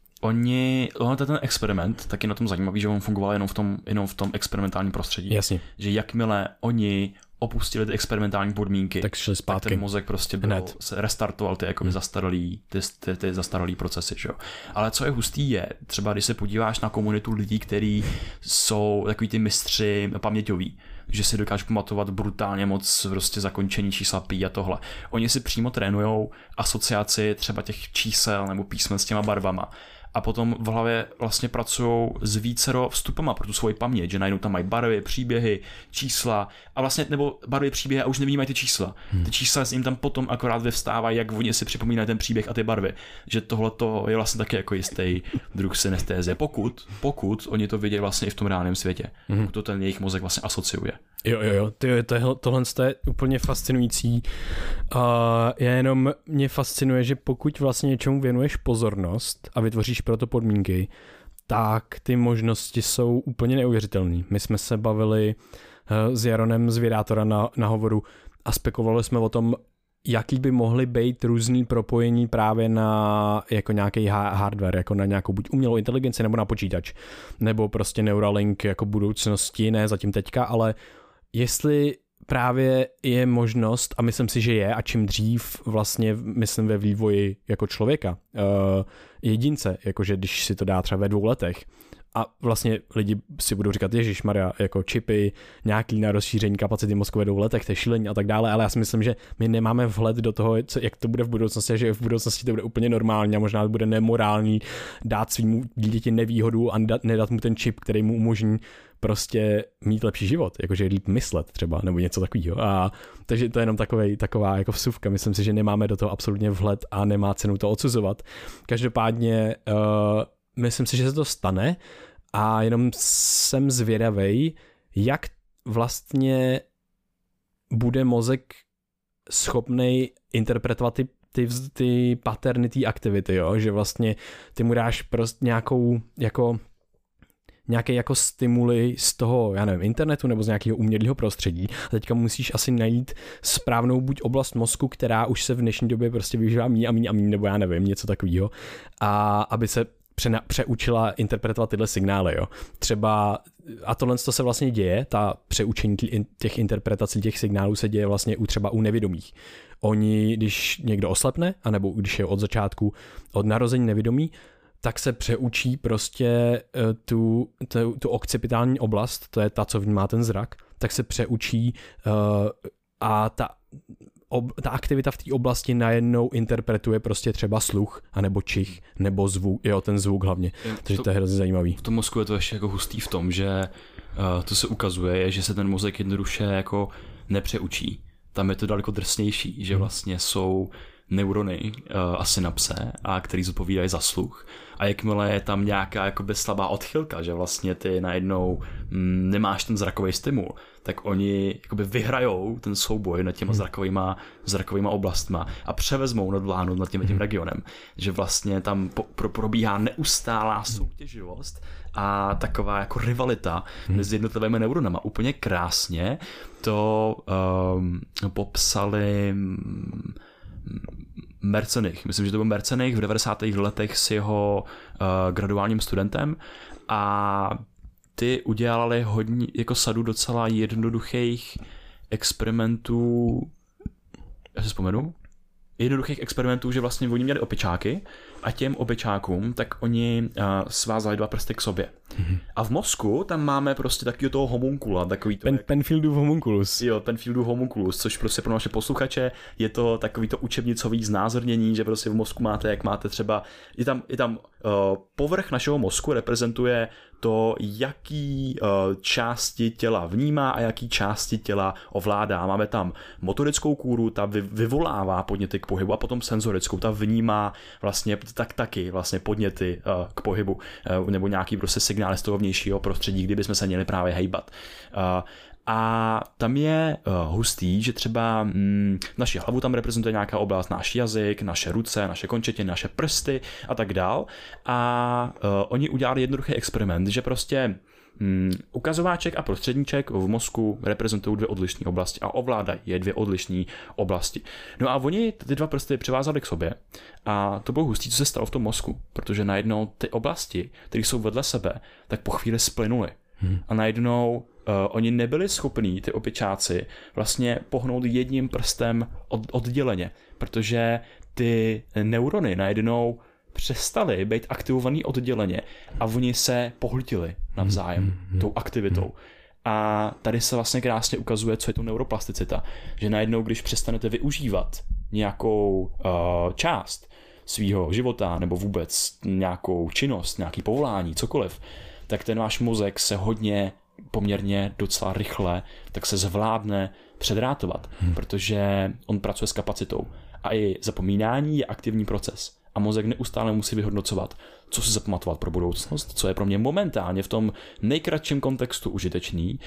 Oni, ono to je ten experiment, tak je na tom zajímavý, že on fungoval jenom v tom, jenom v tom experimentálním prostředí. Jasně. Že jakmile oni opustili ty experimentální podmínky, tak šli zpátky. Tak ten mozek prostě byl, se restartoval ty jako hmm. zastaralý, ty, ty, ty zastaralý procesy. Že? Ale co je hustý je, třeba když se podíváš na komunitu lidí, kteří jsou takový ty mistři paměťoví, že si dokážou pamatovat brutálně moc prostě zakončení čísla pi a tohle. Oni si přímo trénujou asociaci třeba těch čísel nebo písmen s těma barvama. A potom v hlavě vlastně pracují s vícero vstupama pro tu svoji paměť, že najednou tam mají barvy, příběhy, čísla a vlastně, nebo barvy, příběhy a už nevnímají ty čísla. Hmm. Ty čísla s ním tam potom akorát vyvstávají, jak oni si připomínají ten příběh a ty barvy. Že tohle je vlastně taky jako jistý druh synestézie. Pokud, pokud oni to vidějí vlastně i v tom reálném světě. Hmm. Pokud to ten jejich mozek vlastně asociuje. Jo, jo, jo, Ty, tohle, tohle je úplně fascinující. Uh, já jenom mě fascinuje, že pokud vlastně něčemu věnuješ pozornost a vytvoříš pro to podmínky, tak ty možnosti jsou úplně neuvěřitelné. My jsme se bavili uh, s Jaronem z Vědátora na, na hovoru a spekulovali jsme o tom, jaký by mohly být různý propojení právě na jako nějaký hardware, jako na nějakou buď umělou inteligenci nebo na počítač, nebo prostě Neuralink jako budoucnosti, ne zatím teďka, ale jestli právě je možnost, a myslím si, že je, a čím dřív vlastně myslím ve vývoji jako člověka, uh, jedince, jakože když si to dá třeba ve dvou letech, a vlastně lidi si budou říkat, ježišmarja, jako čipy, nějaký na rozšíření kapacity mozku ve dvou letech, to je šílení a tak dále, ale já si myslím, že my nemáme vhled do toho, co, jak to bude v budoucnosti, že v budoucnosti to bude úplně normální a možná bude nemorální dát svýmu dítěti nevýhodu a nedat, nedat mu ten čip, který mu umožní prostě mít lepší život, jakože líp myslet třeba, nebo něco takového. A takže to je jenom takovej, taková jako vsuvka. Myslím si, že nemáme do toho absolutně vhled a nemá cenu to odsuzovat. Každopádně uh, myslím si, že se to stane a jenom jsem zvědavej, jak vlastně bude mozek schopnej interpretovat ty, ty, ty paterny, ty aktivity, jo? Že vlastně ty mu dáš prostě nějakou jako nějaké jako stimuly z toho, já nevím, internetu nebo z nějakého umělého prostředí. A teďka musíš asi najít správnou buď oblast mozku, která už se v dnešní době prostě využívá míň a míň a míň, nebo já nevím, něco takového. A aby se pře- přeučila interpretovat tyhle signály, jo. Třeba, a tohle to se vlastně děje, ta přeučení těch interpretací těch signálů se děje vlastně u třeba u nevědomých. Oni, když někdo oslepne, anebo když je od začátku, od narození nevědomý, tak se přeučí prostě tu, tu, tu okcipitální oblast, to je ta, co vnímá ten zrak, tak se přeučí uh, a ta, ob, ta aktivita v té oblasti najednou interpretuje prostě třeba sluch, anebo čich, nebo zvuk, jo, ten zvuk hlavně, je, takže to, to je hrozně zajímavý. V tom mozku je to ještě jako hustý v tom, že uh, to se ukazuje, je, že se ten mozek jednoduše jako nepřeučí. Tam je to daleko drsnější, že vlastně jsou neurony uh, a synapse, a který zodpovídají za sluch. A jakmile je tam nějaká jakoby slabá odchylka, že vlastně ty najednou mm, nemáš ten zrakový stimul, tak oni jakoby vyhrajou ten souboj nad těma hmm. zrakovýma, zrakovýma oblastma a převezmou nadvládu nad tím, tím hmm. regionem. Že vlastně tam po, pro, probíhá neustálá soutěživost a taková jako rivalita hmm. mezi jednotlivými neuronama. Úplně krásně to um, popsali Mercenich. Myslím, že to byl Mercenich v devadesátých letech s jeho uh, graduálním studentem a ty udělali hodně, jako sadu docela jednoduchých experimentů, já si vzpomenu, jednoduchých experimentů, že vlastně oni měli opičáky a těm opičákům, tak oni uh, svázali dva prsty k sobě. Mm-hmm. A v mozku tam máme prostě takový toho homunkula, takový to... Pen, jak... Penfieldův homunculus. Jo, Penfieldův homunculus, což prostě pro naše posluchače je to takový to učebnicový znázornění, že prostě v mozku máte, jak máte třeba, je tam, je tam povrch našeho mozku reprezentuje to, jaký části těla vnímá a jaký části těla ovládá. Máme tam motorickou kůru, ta vyvolává podněty k pohybu, a potom senzorickou, ta vnímá vlastně tak taky vlastně podněty k pohybu nebo nějaký prostě signál z toho vnějšího prostředí, kdyby jsme se měli právě hejbat. A tam je uh, hustý, že třeba mm, naši hlavu tam reprezentuje nějaká oblast, náš jazyk, naše ruce, naše končetiny, naše prsty a tak dál. A uh, oni udělali jednoduchý experiment, že prostě mm, ukazováček a prostředníček v mozku reprezentují dvě odlišné oblasti a ovládají je dvě odlišné oblasti. No a oni ty dva prsty přivázali k sobě a to bylo hustý, co se stalo v tom mozku, protože najednou ty oblasti, které jsou vedle sebe, tak po chvíli splynuly. Hmm. A najednou Uh, oni nebyli schopní, ty opičáci, vlastně pohnout jedním prstem od, odděleně, protože ty neurony najednou přestaly být aktivovaný odděleně a oni se pohltili navzájem mm, mm, tou aktivitou. Mm. A tady se vlastně krásně ukazuje, co je to neuroplasticita, že najednou, když přestanete využívat nějakou uh, část svýho života nebo vůbec nějakou činnost, nějaký povolání, cokoliv, tak ten váš mozek se hodně poměrně docela rychle, tak se zvládne předrátovat, hmm. protože on pracuje s kapacitou. A i zapomínání je aktivní proces. A mozek neustále musí vyhodnocovat, co si zapamatovat pro budoucnost, co je pro mě momentálně v tom nejkratším kontextu užitečný,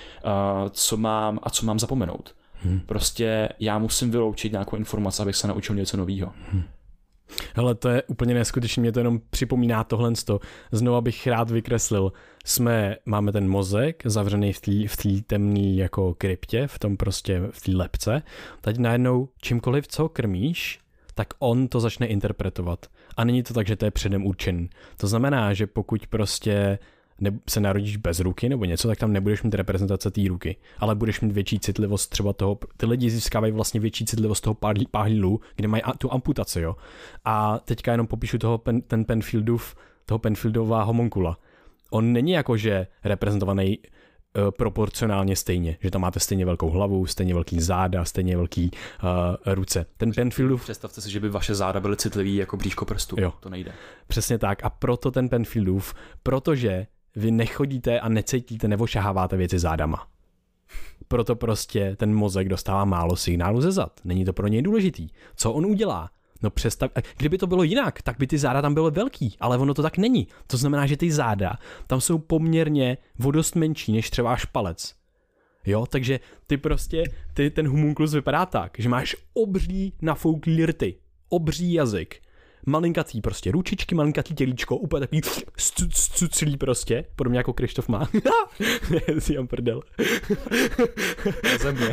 co mám a co mám zapomenout. Hmm. Prostě já musím vyloučit nějakou informaci, abych se naučil něco nového. Hmm. Hele, to je úplně neskutečné, mě to jenom připomíná tohle. Znova bych rád vykreslil. Jsme, máme ten mozek zavřený v té v té temné jako kryptě, v tom prostě v té lepce. Teď najednou čímkoliv, co krmíš, tak on to začne interpretovat. A není to tak, že to je předem určený. To znamená, že pokud prostě ne, se narodíš bez ruky nebo něco, tak tam nebudeš mít reprezentace té ruky, ale budeš mít větší citlivost třeba toho, ty lidi získávají vlastně větší citlivost toho páhlilu, kde mají tu amputaci, jo. A teďka jenom popíšu toho pen, ten Penfieldův, toho Penfieldova homunkula. On není jako, že reprezentovaný uh, proporcionálně stejně, že tam máte stejně velkou hlavu, stejně velký záda, stejně velký uh, ruce. Ten Penfieldův... Představte si, že by vaše záda byly citlivý jako bříško prstu. Jo. To nejde. Přesně tak. A proto ten Penfieldův, protože vy nechodíte a necítíte, nevošaháváte věci zádama. Proto prostě ten mozek dostává málo signálu ze zad. Není to pro něj důležitý. Co on udělá? No představ, kdyby to bylo jinak, tak by ty záda tam byly velký, ale ono to tak není. To znamená, že ty záda tam jsou poměrně vodost menší než třeba váš palec. Jo, takže ty prostě, ty, ten homunculus vypadá tak, že máš obří nafouklý rty, obří jazyk, malinkatý prostě ručičky, malinkatý tělíčko, úplně takový cuclý prostě, podobně jako Krištof má. Ne, si jam prdel. Země.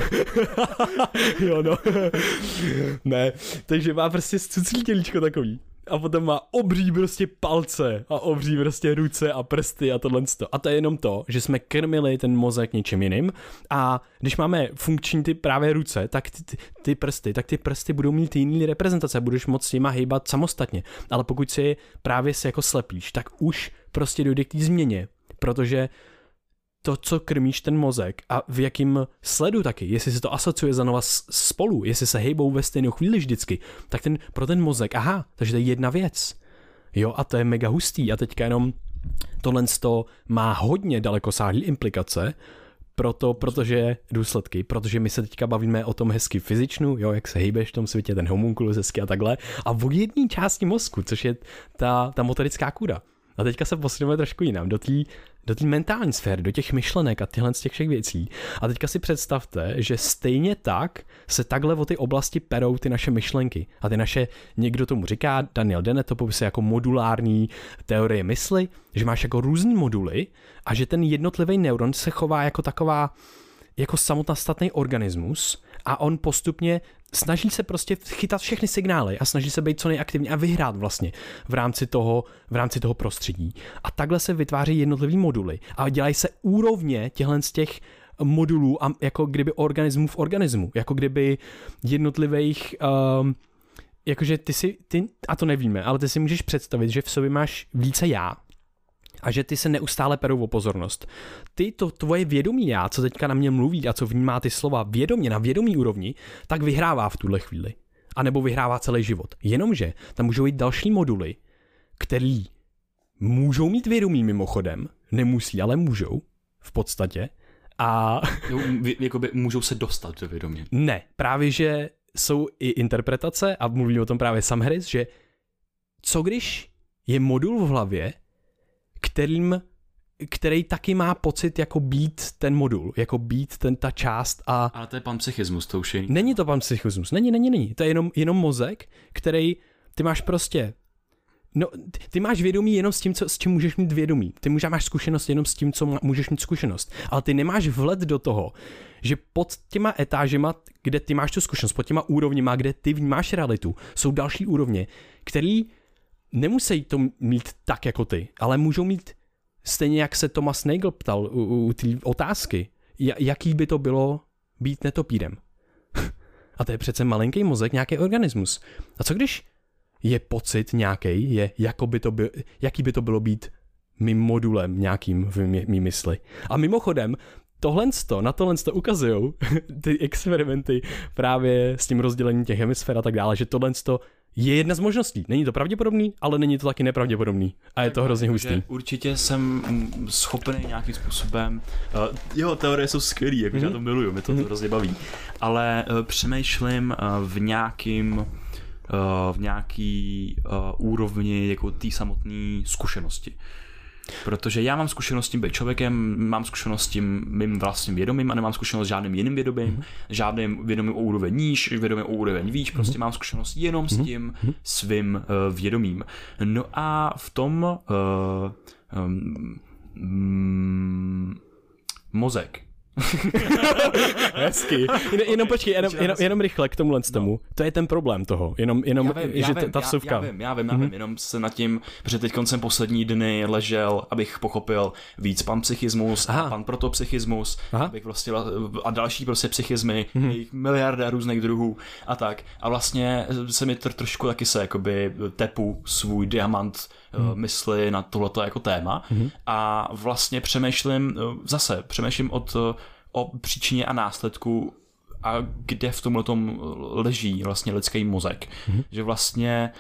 Jo, no. Ne, takže má prostě cuclý tělíčko takový. A potom má obří prostě palce a obří prostě ruce a prsty a tohle. A to je jenom to, že jsme krmili ten mozek něčím jiným a když máme funkční ty právě ruce, tak ty, ty, ty prsty, tak ty prsty budou mít jiný reprezentace, budeš moct s nima hejbat samostatně. Ale pokud si právě se jako slepíš, tak už prostě dojde k té změně, protože to, co krmíš ten mozek a v jakým sledu taky, jestli se to asociuje zanova spolu, jestli se hejbou ve stejnou chvíli vždycky, tak ten, pro ten mozek, aha, takže to je jedna věc. Jo, a to je mega hustý a teďka jenom tohle má hodně dalekosáhlý implikace, proto, protože důsledky, protože my se teďka bavíme o tom hezky fyzičnu, jo, jak se hejbeš v tom světě, ten homunculus hezky a takhle, a o jedné části mozku, což je ta, ta motorická kůra. A teďka se posuneme trošku jinam, do té do té mentální sféry, do těch myšlenek a těchhle z těch všech věcí. A teďka si představte, že stejně tak se takhle o ty oblasti perou ty naše myšlenky. A ty naše, někdo tomu říká, Daniel Dennett to popisuje jako modulární teorie mysli, že máš jako různý moduly a že ten jednotlivý neuron se chová jako taková, jako samostatný organismus a on postupně snaží se prostě chytat všechny signály a snaží se být co nejaktivní a vyhrát vlastně v rámci toho, v rámci toho prostředí. A takhle se vytváří jednotlivý moduly a dělají se úrovně těchhle z těch modulů a jako kdyby organismů v organismu, jako kdyby jednotlivých, um, jakože ty si, ty, a to nevíme, ale ty si můžeš představit, že v sobě máš více já, a že ty se neustále perou o pozornost. Ty, to tvoje vědomí já, co teďka na mě mluví a co vnímá ty slova vědomě, na vědomí úrovni, tak vyhrává v tuhle chvíli. A nebo vyhrává celý život. Jenomže tam můžou jít další moduly, který můžou mít vědomí mimochodem, nemusí, ale můžou v podstatě. A jo, jakoby můžou se dostat do vědomí. Ne, právě že jsou i interpretace a mluví o tom právě Sam Harris, že co když je modul v hlavě, kterým, který taky má pocit jako být ten modul, jako být ten ta část a... Ale to je panpsychismus, to už je... Není to panpsychismus, není, není, není. To je jenom, jenom mozek, který ty máš prostě... No, ty máš vědomí jenom s tím, co, s čím můžeš mít vědomí. Ty můžeš máš zkušenost jenom s tím, co má, můžeš mít zkušenost. Ale ty nemáš vhled do toho, že pod těma etážema, kde ty máš tu zkušenost, pod těma úrovněma, kde ty vnímáš realitu, jsou další úrovně, které nemusí to mít tak jako ty, ale můžou mít stejně, jak se Thomas Nagel ptal u, u, u té otázky, jaký by to bylo být netopírem. A to je přece malinký mozek, nějaký organismus. A co když je pocit nějaký, je jako by to by, jaký by to bylo být mým modulem nějakým v mý mysli. A mimochodem, tohle na tohle ukazují ty experimenty právě s tím rozdělením těch hemisfér a tak dále, že tohle je jedna z možností. Není to pravděpodobný, ale není to taky nepravděpodobný. A je to hrozně hustý. Určitě jsem schopný nějakým způsobem... Uh, jo, teorie jsou skvělý, jakože mm-hmm. já to miluju, mě to, to hrozně baví. Ale uh, přemýšlím uh, v nějakým... Uh, v nějaký uh, úrovni jako té samotné zkušenosti. Protože já mám zkušenost s tím být člověkem, mám zkušenost s tím mým vlastním vědomím a nemám zkušenost s žádným jiným vědomím, mm-hmm. žádným vědomím o úroveň níž, vědomím o úroveň výš, prostě mm-hmm. mám zkušenost jenom mm-hmm. s tím svým uh, vědomím. No a v tom uh, um, um, mozek. Hezky. Jen, jenom počkej, jenom, jenom, jenom rychle k tomuhle z tomu. No. To je ten problém toho. Jenom, jenom já vím, že já vím, ta vsuvka. Já, já vím, já vím, já vím. Mm-hmm. Jenom se nad tím, protože teď jsem poslední dny ležel, abych pochopil víc panpsychismus a pan protopsychismus, abych vlastně a další prostě psychizmy, mm-hmm. jejich miliarda různých druhů a tak. A vlastně se mi tr- trošku taky se jakoby tepu svůj diamant mm-hmm. mysli na tohleto jako téma mm-hmm. a vlastně přemýšlím zase, přemýšlím od o příčině a následku a kde v tomhletom leží vlastně lidský mozek. Mm-hmm. Že vlastně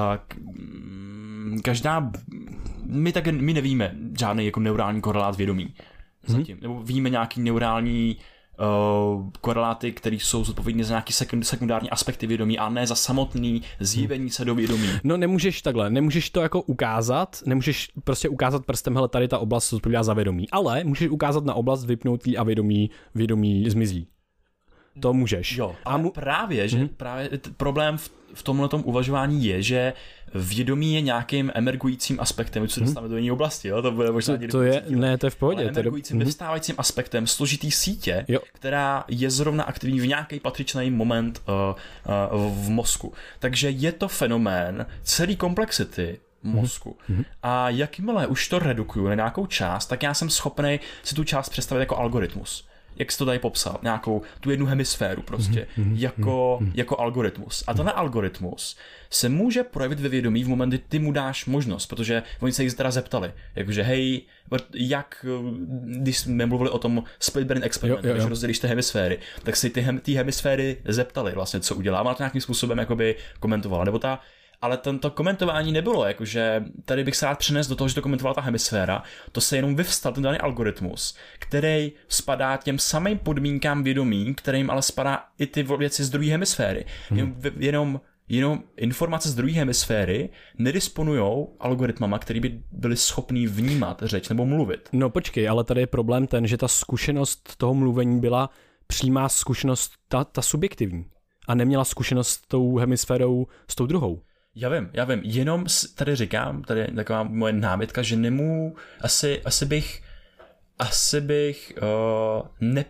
uh, každá, my tak my nevíme žádný jako neurální korelát vědomí. Mm-hmm. Zatím. Nebo víme nějaký neurální uh, koreláty, které jsou zodpovědné za nějaký sekundární aspekty vědomí a ne za samotný zjevení se do vědomí. No nemůžeš takhle, nemůžeš to jako ukázat, nemůžeš prostě ukázat prstem, hele, tady ta oblast zodpovídá za vědomí, ale můžeš ukázat na oblast vypnoutý a vědomí, vědomí zmizí. To můžeš. Jo, ale mu... právě, že mm-hmm. právě t- problém v, v tomhletom uvažování je, že vědomí je nějakým emergujícím aspektem, co dostáváme mm-hmm. do jiné oblasti, jo? To bude možná to, to je, ne, to je v pohodě. Ale emergujícím, mm-hmm. vyvstávajícím aspektem složitý sítě, jo. která je zrovna aktivní v nějaký patřičný moment uh, uh, v mozku. Takže je to fenomén celý komplexity mozku. Mm-hmm. A jakmile už to redukuju na nějakou část, tak já jsem schopný si tu část představit jako algoritmus. Jak jsi to tady popsal, nějakou tu jednu hemisféru prostě, mm-hmm. jako, mm-hmm. jako algoritmus. A tenhle algoritmus se může projevit ve vědomí v moment, kdy ty mu dáš možnost, protože oni se jich teda zeptali, jakože hej, jak, když jsme mluvili o tom split brain experiment, jo, jo, jo. že rozdělíš ty hemisféry, tak si ty, hem, ty hemisféry zeptali vlastně, co udělá. Ona to nějakým způsobem jakoby komentovala, nebo ta ale tento komentování nebylo, jakože tady bych se rád přenesl do toho, že to komentovala ta hemisféra, to se jenom vyvstal ten daný algoritmus, který spadá těm samým podmínkám vědomí, kterým ale spadá i ty věci z druhé hemisféry. Hmm. Jenom, jenom, jenom informace z druhé hemisféry nedisponujou algoritmama, který by byli schopní vnímat řeč nebo mluvit. No počkej, ale tady je problém ten, že ta zkušenost toho mluvení byla přímá zkušenost, ta, ta subjektivní. A neměla zkušenost s tou hemisférou, s tou druhou. Já vím, já vím, jenom tady říkám, tady je taková moje námitka, že nemů, asi, asi bych, asi bych uh,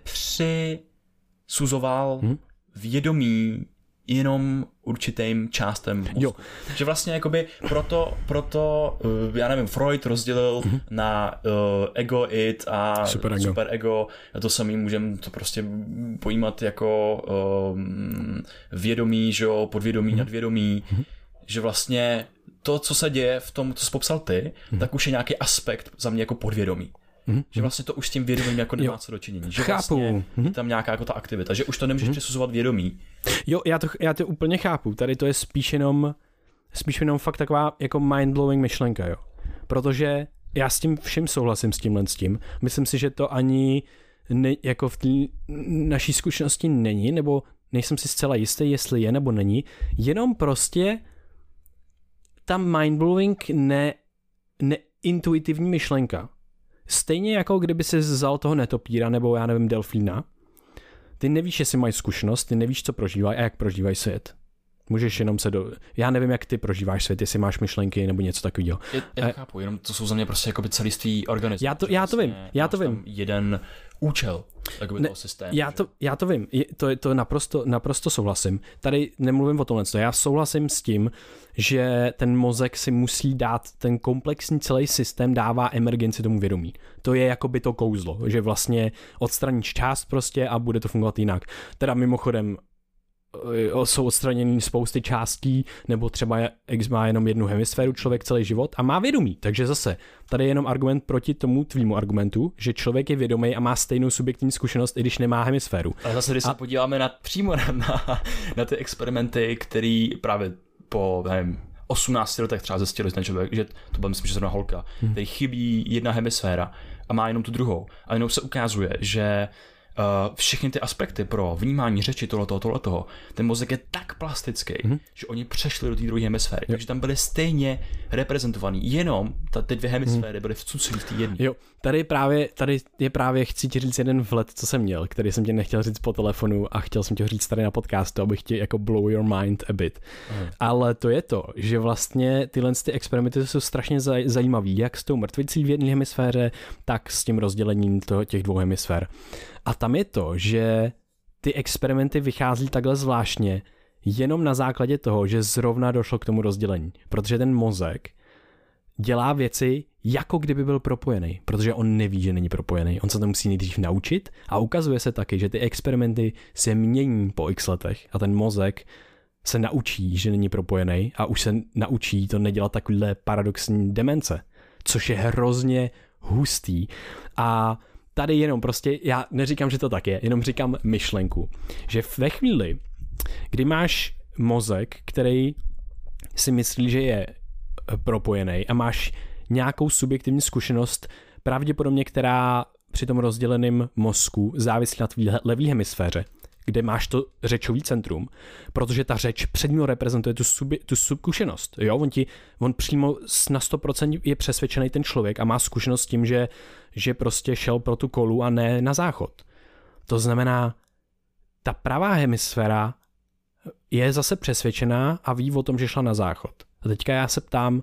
nepřisuzoval hmm? vědomí jenom určitým částem mozku. Jo. Že vlastně jakoby proto, proto uh, já nevím, Freud rozdělil mm-hmm. na uh, ego, id a superego. superego. A to samý můžeme to prostě pojímat jako um, vědomí, že jo, podvědomí, mm-hmm. nadvědomí. Mm-hmm. Že vlastně to, co se děje v tom, co jsi popsal ty, mm-hmm. tak už je nějaký aspekt za mě jako podvědomí. Mm-hmm. Že vlastně to už s tím vědomím jako nemá jo. co dočinění. Že chápu. Vlastně je tam nějaká jako ta aktivita, že už to nemůžeš mm-hmm. přisuzovat vědomí. Jo, já to, já to úplně chápu. Tady to je spíš jenom, spíš jenom fakt taková jako mind-blowing myšlenka, jo. protože já s tím vším souhlasím s tímhle s tím. Myslím si, že to ani ne, jako v té naší zkušenosti není, nebo nejsem si zcela jistý, jestli je nebo není, jenom prostě ta mindblowing ne, neintuitivní myšlenka. Stejně jako kdyby si vzal toho netopíra nebo já nevím delfína, ty nevíš, jestli mají zkušenost, ty nevíš, co prožívají a jak prožívají svět. Můžeš jenom se do... Já nevím, jak ty prožíváš svět, jestli máš myšlenky nebo něco takového. Já, já chápu, jenom to jsou za mě prostě jakoby celistvý organismus. Já to, já to vím, já to vím. Jeden účel jakoby ne, toho systému. Já to, já to vím, to, to naprosto, naprosto souhlasím. Tady nemluvím o tomhle, já souhlasím s tím, že ten mozek si musí dát, ten komplexní celý systém dává emergenci tomu vědomí. To je jakoby to kouzlo, že vlastně odstraníš část prostě a bude to fungovat jinak. Teda mimochodem, jsou odstraněny spousty částí, nebo třeba X má jenom jednu hemisféru člověk celý život a má vědomí. Takže zase, tady je jenom argument proti tomu tvýmu argumentu, že člověk je vědomý a má stejnou subjektivní zkušenost, i když nemá hemisféru. Ale zase, když a... se podíváme na, přímo na, na, na ty experimenty, který právě po, nevím, osmnácti letech třeba zjistili ten člověk, že to byla, myslím, že zrovna holka, hmm. který chybí jedna hemisféra a má jenom tu druhou. A jenom se ukazuje, že Uh, všechny ty aspekty pro vnímání řeči tohletoho, tohletoho, ten mozek je tak plastický, mm-hmm. že oni přešli do té druhé hemisféry, jo. Takže tam byly stejně reprezentovaný, jenom ta, ty dvě hemisféry mm. byly vcucený v té jedné. Jo, tady právě, tady je právě, chci ti říct jeden vlet, co jsem měl, který jsem ti nechtěl říct po telefonu a chtěl jsem ti ho říct tady na podcastu, abych ti jako blow your mind a bit. Mm. Ale to je to, že vlastně tyhle ty experimenty jsou strašně zaj- zajímavý, jak s tou mrtvicí v jedné hemisféře, tak s tím rozdělením toho, těch dvou hemisfér. A tam je to, že ty experimenty vychází takhle zvláštně jenom na základě toho, že zrovna došlo k tomu rozdělení. Protože ten mozek dělá věci, jako kdyby byl propojený, protože on neví, že není propojený. On se to musí nejdřív naučit a ukazuje se taky, že ty experimenty se mění po x letech a ten mozek se naučí, že není propojený a už se naučí to nedělat takovýhle paradoxní demence, což je hrozně hustý. A tady jenom prostě, já neříkám, že to tak je, jenom říkám myšlenku, že ve chvíli, kdy máš mozek, který si myslí, že je propojený a máš nějakou subjektivní zkušenost, pravděpodobně, která při tom rozděleném mozku závisí na tvý levý hemisféře, kde máš to řečový centrum, protože ta řeč předně reprezentuje tu, subi, tu zkušenost. Jo? On, ti, on přímo na sto procent je přesvědčený ten člověk a má zkušenost s tím, že, že prostě šel pro tu kolu a ne na záchod. To znamená, ta pravá hemisféra je zase přesvědčená a ví o tom, že šla na záchod. A teďka já se ptám,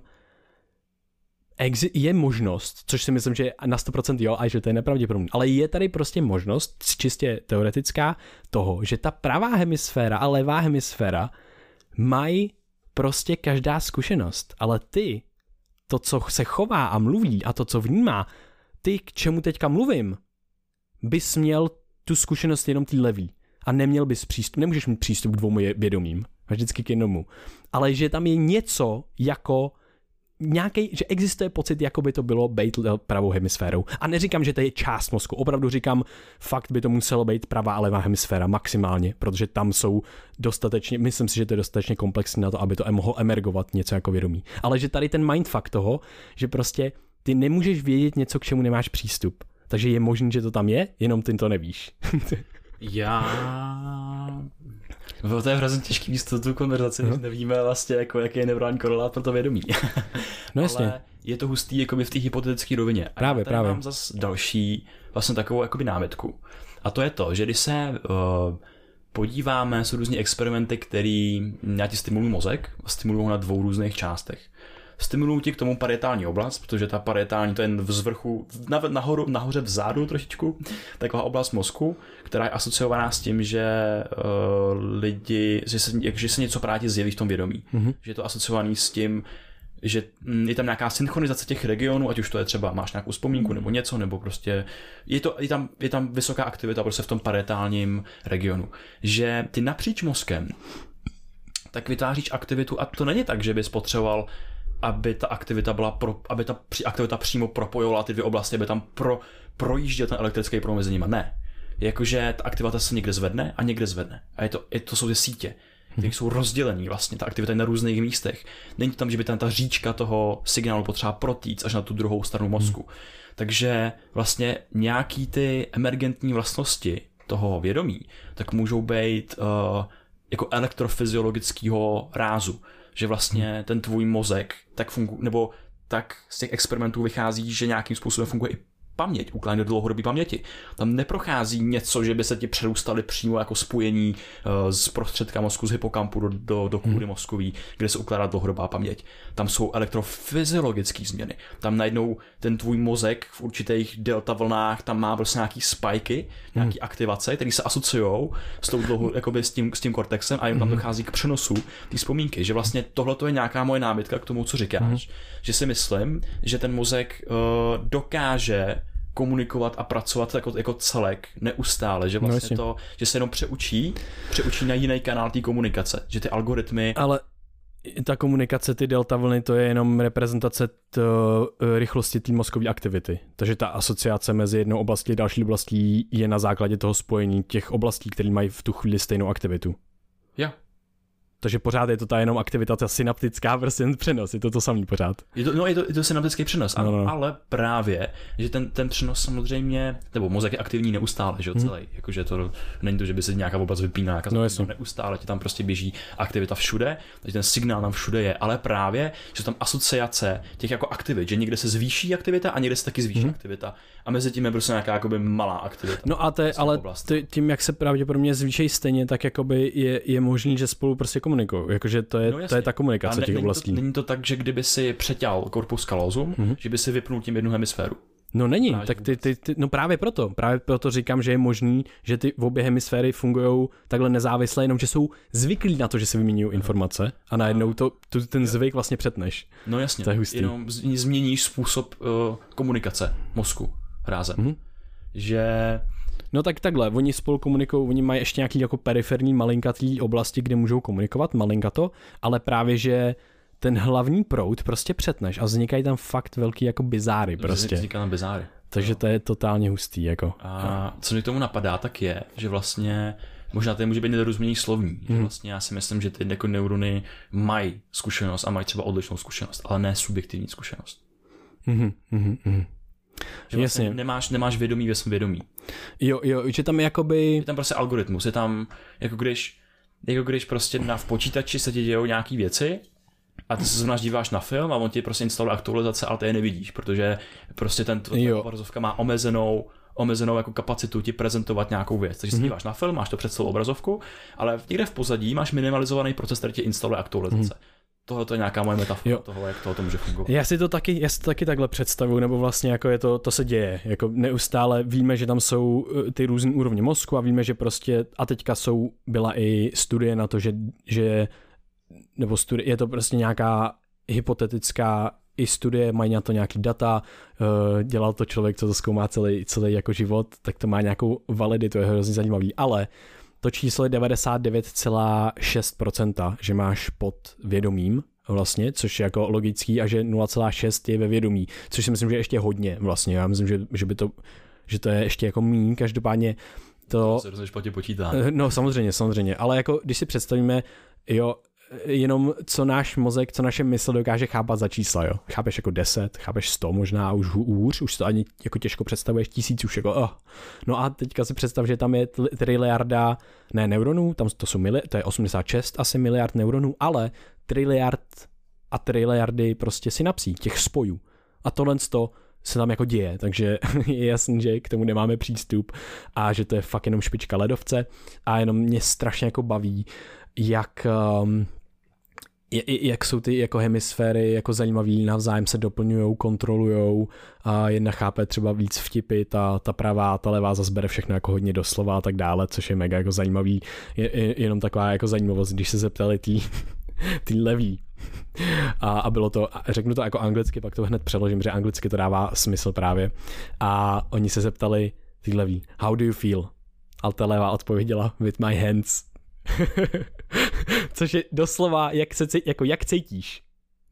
je možnost, což si myslím, že na sto procent jo, a že to je nepravděpodobné, ale je tady prostě možnost, čistě teoretická, toho, že ta pravá hemisféra a levá hemisféra mají prostě každá zkušenost, ale ty, to, co se chová a mluví a to, co vnímá, ty, k čemu teďka mluvím, bys měl tu zkušenost jenom tý levý a neměl bys přístup, nemůžeš mít přístup k dvou vědomím, vždycky k jednomu, ale že tam je něco jako nějaký, že existuje pocit, jako by to bylo být pravou hemisférou. A neříkám, že to je část mozku. Opravdu říkám, fakt by to muselo být pravá a levá hemisféra maximálně, protože tam jsou dostatečně, myslím si, že to je dostatečně komplexní na to, aby to mohlo emergovat něco jako vědomí. Ale že tady ten mindfuck toho, že prostě ty nemůžeš vědět něco, k čemu nemáš přístup. Takže je možné, že to tam je, jenom ty to nevíš. Já... To je hrozně těžký místo tu konverzaci, když nevíme vlastně, jako, jaký je neurální korelát pro to vědomí. No jasně. Ale je to hustý jakoby v té hypotetické rovině. A právě, já tady právě. mám zase další vlastně takovou jakoby námitku. A to je to, že když se uh, podíváme, jsou různý experimenty, který nějak ti stimulují mozek a stimulují na dvou různých částech. Stimulují ti k tomu parietální oblast, protože ta parietální, to je z vrchu, nahoru, nahoře vzadu trošičku, taková oblast mozku, která je asociovaná s tím, že uh, lidi, že se, že se něco právě zjeví v tom vědomí. Mm-hmm. Že je to asociovaný s tím, že je tam nějaká synchronizace těch regionů, ať už to je třeba, máš nějakou vzpomínku nebo něco, nebo prostě je, to, je, tam, je tam vysoká aktivita prostě v tom parietálním regionu. Že ty napříč mozkem tak vytváříš aktivitu a to není tak, že bys potřeboval aby ta aktivita byla pro, aby ta aktivita přímo propojovala ty dvě oblasti, aby tam pro, projížděl ten elektrický proud mezi nimi. Ne. Jakože ta aktivita se někde zvedne a někde zvedne. A je to, je to jsou ty sítě. které jsou rozdělený vlastně, ta aktivita je na různých místech. Není to tam, že by tam ta říčka toho signálu potřeba protýct až na tu druhou stranu mozku. Hmm. Takže vlastně nějaký ty emergentní vlastnosti toho vědomí, tak můžou být uh, jako elektrofyziologického rázu, že vlastně ten tvůj mozek tak funguje, nebo tak z těch experimentů vychází, že nějakým způsobem funguje i paměť, ukládání do dlouhodobé paměti. Tam neprochází něco, že by se ti přerůstaly přímo jako spojení uh, z prostředka mozku, z hypokampu do, do, do kůry hmm. mozkový, kde se ukládá dlouhodobá paměť. Tam jsou elektrofyziologické změny. Tam najednou ten tvůj mozek v určitých delta vlnách, tam má prostě nějaký spajky, nějaký hmm. aktivace, které se asociují s tou dlouho, jakoby s tím, s tím kortexem a jim tam dochází k přenosu té vzpomínky, že vlastně tohle je nějaká moje námitka k tomu, co říkáš, hmm. že si myslím, že ten mozek uh, dokáže komunikovat a pracovat jako, jako celek neustále, že vlastně no, to, že se jenom přeučí, přeučí na jiný kanál té komunikace, že ty algoritmy... Ale ta komunikace, ty delta vlny, to je jenom reprezentace t, rychlosti té mozkové aktivity. Takže ta asociace mezi jednou oblastí a další oblastí je na základě toho spojení těch oblastí, které mají v tu chvíli stejnou aktivitu. Jo. Takže pořád je to ta jenom aktivita, ta synaptická prostě přenos, je to to samý pořád. Je to, no je to, je to synaptický přenos, ano, no, no. Ale právě, že ten, ten přenos samozřejmě, nebo mozek je aktivní neustále, že jo, celý, hmm. jakože to není to, že by se nějaká oblast vypíná, no, neustále ti tam prostě běží aktivita všude, takže ten signál tam všude je, ale právě, že jsou tam asociace těch jako aktivit, že někde se zvýší aktivita a někde se taky zvýší hmm. aktivita a mezi tím je prostě nějaká jakoby malá aktivita. No a te, ale ty, tím, jak se pravděpodobně zvýší stejně, tak jakoby je, je možný, že spolu prostě komunikují, jakože to je, no to je ta komunikace ne, těch není oblastí. To, není to tak, že kdyby si přeťal corpus callosum, mm-hmm. že by si vypnul tím jednu hemisféru. No není, Práž tak ty, ty, ty, no právě proto, právě proto říkám, že je možný, že ty obě hemisféry fungují takhle nezávisle, jenom že jsou zvyklí na to, že se vyměňují informace a najednou to, to, ten zvyk vlastně přetneš. No jasně, to je hustý. Jenom změníš způsob uh, komunikace mozku rázem. Mm-hmm. Že... No tak takhle, oni spolu komunikují, oni mají ještě nějaký jako periferní malinkatý oblasti, kde můžou komunikovat, malinkato, ale právě, že ten hlavní proud prostě přetneš a vznikají tam fakt velký jako bizáry prostě. Vznikají tam bizáry. Takže no. To je totálně hustý jako. A co mi k tomu napadá, tak je, že vlastně možná to může být nedorozumění slovní, hmm. že vlastně já si myslím, že ty jako neurony mají zkušenost a mají třeba odlišnou zkušenost, ale ne subjektivní zkušenost. Mhm, mhm, mhm. Že vlastně nemáš, nemáš vědomí ve svém vědomí. Jo, jo, že tam je jakoby... Je tam prostě algoritmus, je tam, jako když, jako když prostě na, v počítači se ti dějou nějaký věci a ty se zrovna díváš na film a on ti prostě instaluje aktualizace, ale ty je nevidíš, protože prostě ten obrazovka má omezenou, omezenou jako kapacitu ti prezentovat nějakou věc. Takže se mm-hmm. díváš na film, máš to před celou obrazovku, ale někde v pozadí máš minimalizovaný proces, který ti instaluje aktualizace. Mm-hmm. Tohle to je nějaká moje metafora jo. toho, jak to, to může fungovat. Já si to taky, já si to taky takhle představuju, nebo vlastně jako je to, to se děje. Jako neustále víme, že tam jsou ty různé úrovně mozku a víme, že prostě, a teďka jsou, byla i studie na to, že, že nebo studie, je to prostě nějaká hypotetická i studie, mají na to nějaký data, dělal to člověk, co to zkoumá celý, celý jako život, tak to má nějakou validitu, je hrozně zajímavý, ale to číslo je devadesát devět celá šest procenta, že máš pod vědomím vlastně, což je jako logický a že nula celá šest je ve vědomí, což si myslím, že je ještě hodně vlastně. Já myslím, že, že by to, že to je ještě jako míň, každopádně to... To se hrozně špatně počítá. No samozřejmě, samozřejmě, ale jako když si představíme, jo, jenom co náš mozek, co naše mysl dokáže chápat za čísla, jo. Chápeš jako deset, chápeš sto možná, už hůř, už to ani jako těžko představuješ, tisíc už jako, oh. No a teďka si představ, že tam je triliarda, ne neuronů, tam to jsou mili, to je osmdesát šest asi miliard neuronů, ale triliard a triliardy prostě synapsí, těch spojů. A tohle to se tam jako děje, takže je jasný, že k tomu nemáme přístup a že to je fakt jenom špička ledovce a jenom mě strašně jako baví, jak, um, jak jsou ty jako hemisféry jako zajímavý, navzájem se doplňujou, kontrolujou a jedna chápe třeba víc vtipy, ta, ta pravá, ta levá zase bere všechno jako hodně doslova a tak dále, což je mega jako zajímavý, je, je jenom taková jako zajímavost, když se zeptali tý, tý levý a, a bylo to, řeknu to jako anglicky, pak to hned přeložím, že anglicky to dává smysl právě a oni se zeptali tý levý, how do you feel? A ta levá odpověděla with my hands. Což je doslova, jak, se, jako jak cítíš.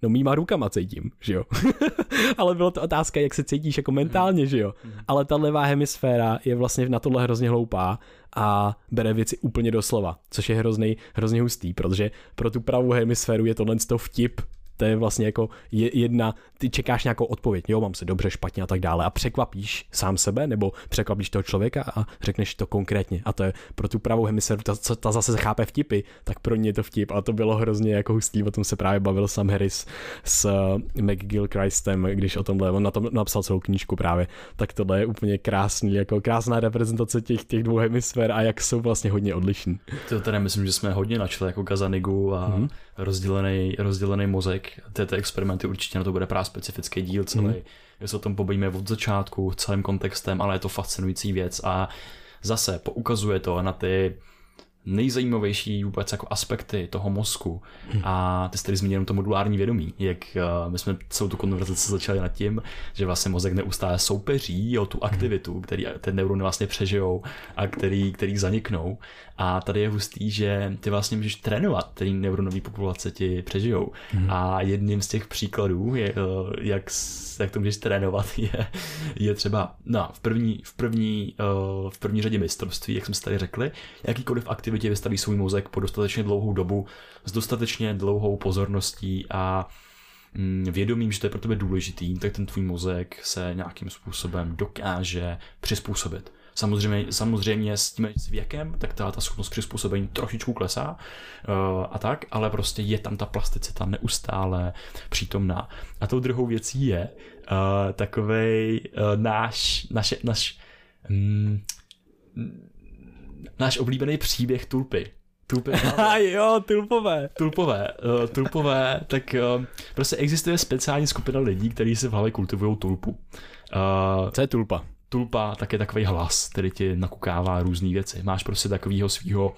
No mýma rukama cítím, že jo. Ale bylo to otázka, jak se cítíš jako mentálně, že jo. Ale ta levá hemisféra je vlastně na tohle hrozně hloupá a bere věci úplně doslova, což je hrozný, hrozně hustý, protože pro tu pravou hemisféru je tohle to vtip. To je vlastně jako jedna, ty čekáš nějakou odpověď, jo, mám se dobře, špatně a tak dále a překvapíš sám sebe nebo překvapíš toho člověka a řekneš to konkrétně a to je pro tu pravou hemisféru, ta, ta zase chápe vtipy, tak pro ně je to vtip a to bylo hrozně jako hustý, o tom se právě bavil Sam Harris s McGilchristem, když o tomhle, on na tom napsal celou knížku právě, tak tohle je úplně krásný, jako krásná reprezentace těch, těch dvou hemisfér a jak jsou vlastně hodně odlišní. To teda myslím, že jsme hodně načali jako Gazanigu a mm-hmm. rozdělený, rozdělený mozek. Ty, ty experimenty určitě na to bude právě specifický díl celý, mm. že se o tom pobavíme od začátku, celým kontextem, ale je to fascinující věc a zase poukazuje to na ty nejzajímavější vůbec jako aspekty toho mozku hmm. a ty jsi tady zmínil to modulární vědomí, jak uh, my jsme celou tu konverzaci začali nad tím, že vlastně mozek neustále soupeří o tu aktivitu, který ty neurony vlastně přežijou a který, který zaniknou a tady je hustý, že ty vlastně můžeš trénovat, který neuronový populace ti přežijou hmm. a jedním z těch příkladů, je, uh, jak, jak to můžeš trénovat, je, je třeba no, v první, v první, uh, v první řadě mistrovství, jak jsme si tady řekli, jakýkoliv aktivitě vystaví svůj mozek po dostatečně dlouhou dobu s dostatečně dlouhou pozorností a vědomím, že to je pro tebe důležitý, tak ten tvůj mozek se nějakým způsobem dokáže přizpůsobit. Samozřejmě, samozřejmě s tím s věkem, tak ta, ta schopnost přizpůsobení trošičku klesá uh, a tak, ale prostě je tam ta plasticita neustále přítomná. A tou druhou věcí je uh, takovej uh, náš, naše, naš, um, náš oblíbený příběh tulpy. Tulpy. jo, tulpové. Tulpové. Uh, tulpové, tak uh, prostě existuje speciální skupina lidí, kteří se v hlavě kultivují tulpu. Uh, Co je tulpa? Tulpa tak je takový hlas, který ti nakukává různý věci. Máš prostě takovýho svýho,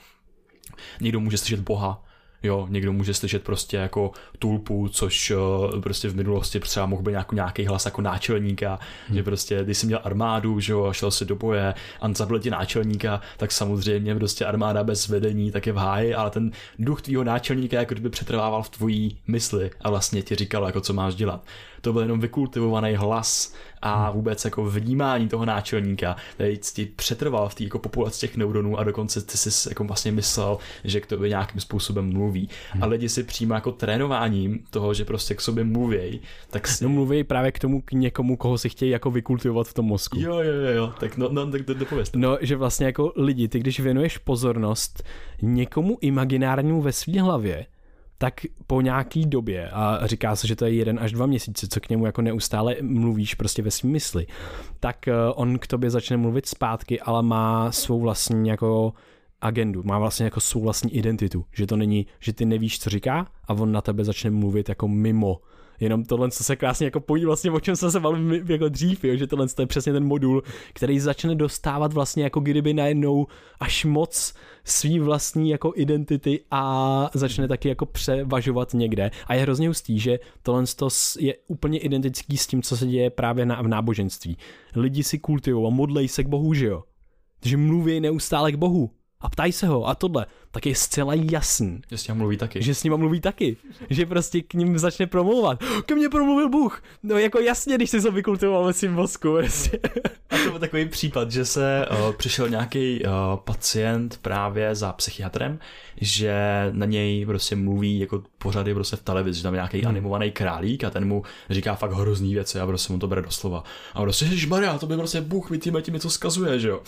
někdo může slyšet Boha, jo, někdo může slyšet prostě jako tulpu, což uh, prostě v minulosti třeba mohl být nějaký, nějaký hlas jako náčelníka, hmm. že prostě, když jsi měl armádu, že jo, a šel si do boje a zabil ti náčelníka, tak samozřejmě prostě armáda bez vedení tak je v háji, ale ten duch tvýho náčelníka jako kdyby přetrvával v tvojí mysli a vlastně ti říkal, jako co máš dělat. To byl jenom vykultivovaný hlas a vůbec jako vnímání toho náčelníka, který ti přetrval v té jako populaci těch neuronů a dokonce ty jsi jako vlastně myslel, že k tobě nějakým způsobem mluví. Hmm. A lidi si přímo jako trénováním toho, že prostě k sobě mluvěj, tak si... No mluví právě k tomu k někomu, koho si chtějí jako vykultivovat v tom mozku. Jo, jo, jo, jo. Tak no, no tak dopověz. No, že vlastně jako lidi, ty když věnuješ pozornost někomu imaginárnímu ve svý hlavě, tak po nějaký době, a říká se, že to je jeden až dva měsíce, co k němu jako neustále mluvíš prostě ve svým mysli, tak on k tobě začne mluvit zpátky, ale má svou vlastní jako agendu, má vlastně jako svou vlastní identitu, že to není, že ty nevíš, co říká a on na tebe začne mluvit jako mimo. Jenom tohle, co se krásně jako pojí vlastně, o čem jsme se bavili jako dřív, jo? Že tohle je přesně ten modul, který začne dostávat vlastně jako kdyby najednou až moc svý vlastní jako identity a začne taky jako převažovat někde. A je hrozně hustý, že tohle je úplně identický s tím, co se děje právě na, v náboženství. Lidi si kultivujou a modlej se k Bohu, že jo? Takže mluví neustále k Bohu. A ptají se ho a tohle, tak je zcela jasný. Že s ním mluví taky. Že s ním mluví taky. Že prostě k ním začne promluvat. Ke mně promluvil Bůh. No jako jasně, když jsi to vykultivoval ve svým mozku. Prostě. A to byl takový případ, že se uh, přišel nějaký uh, pacient právě za psychiatrem, že na něj prostě mluví jako pořady prostě v televizi, že tam je nějaký hmm. animovaný králík a ten mu říká fakt hrozný věci a prostě mu to bere doslova. A prostě, ježišmarja, to by prostě Bůh mi tím něco zkazuje, že jo.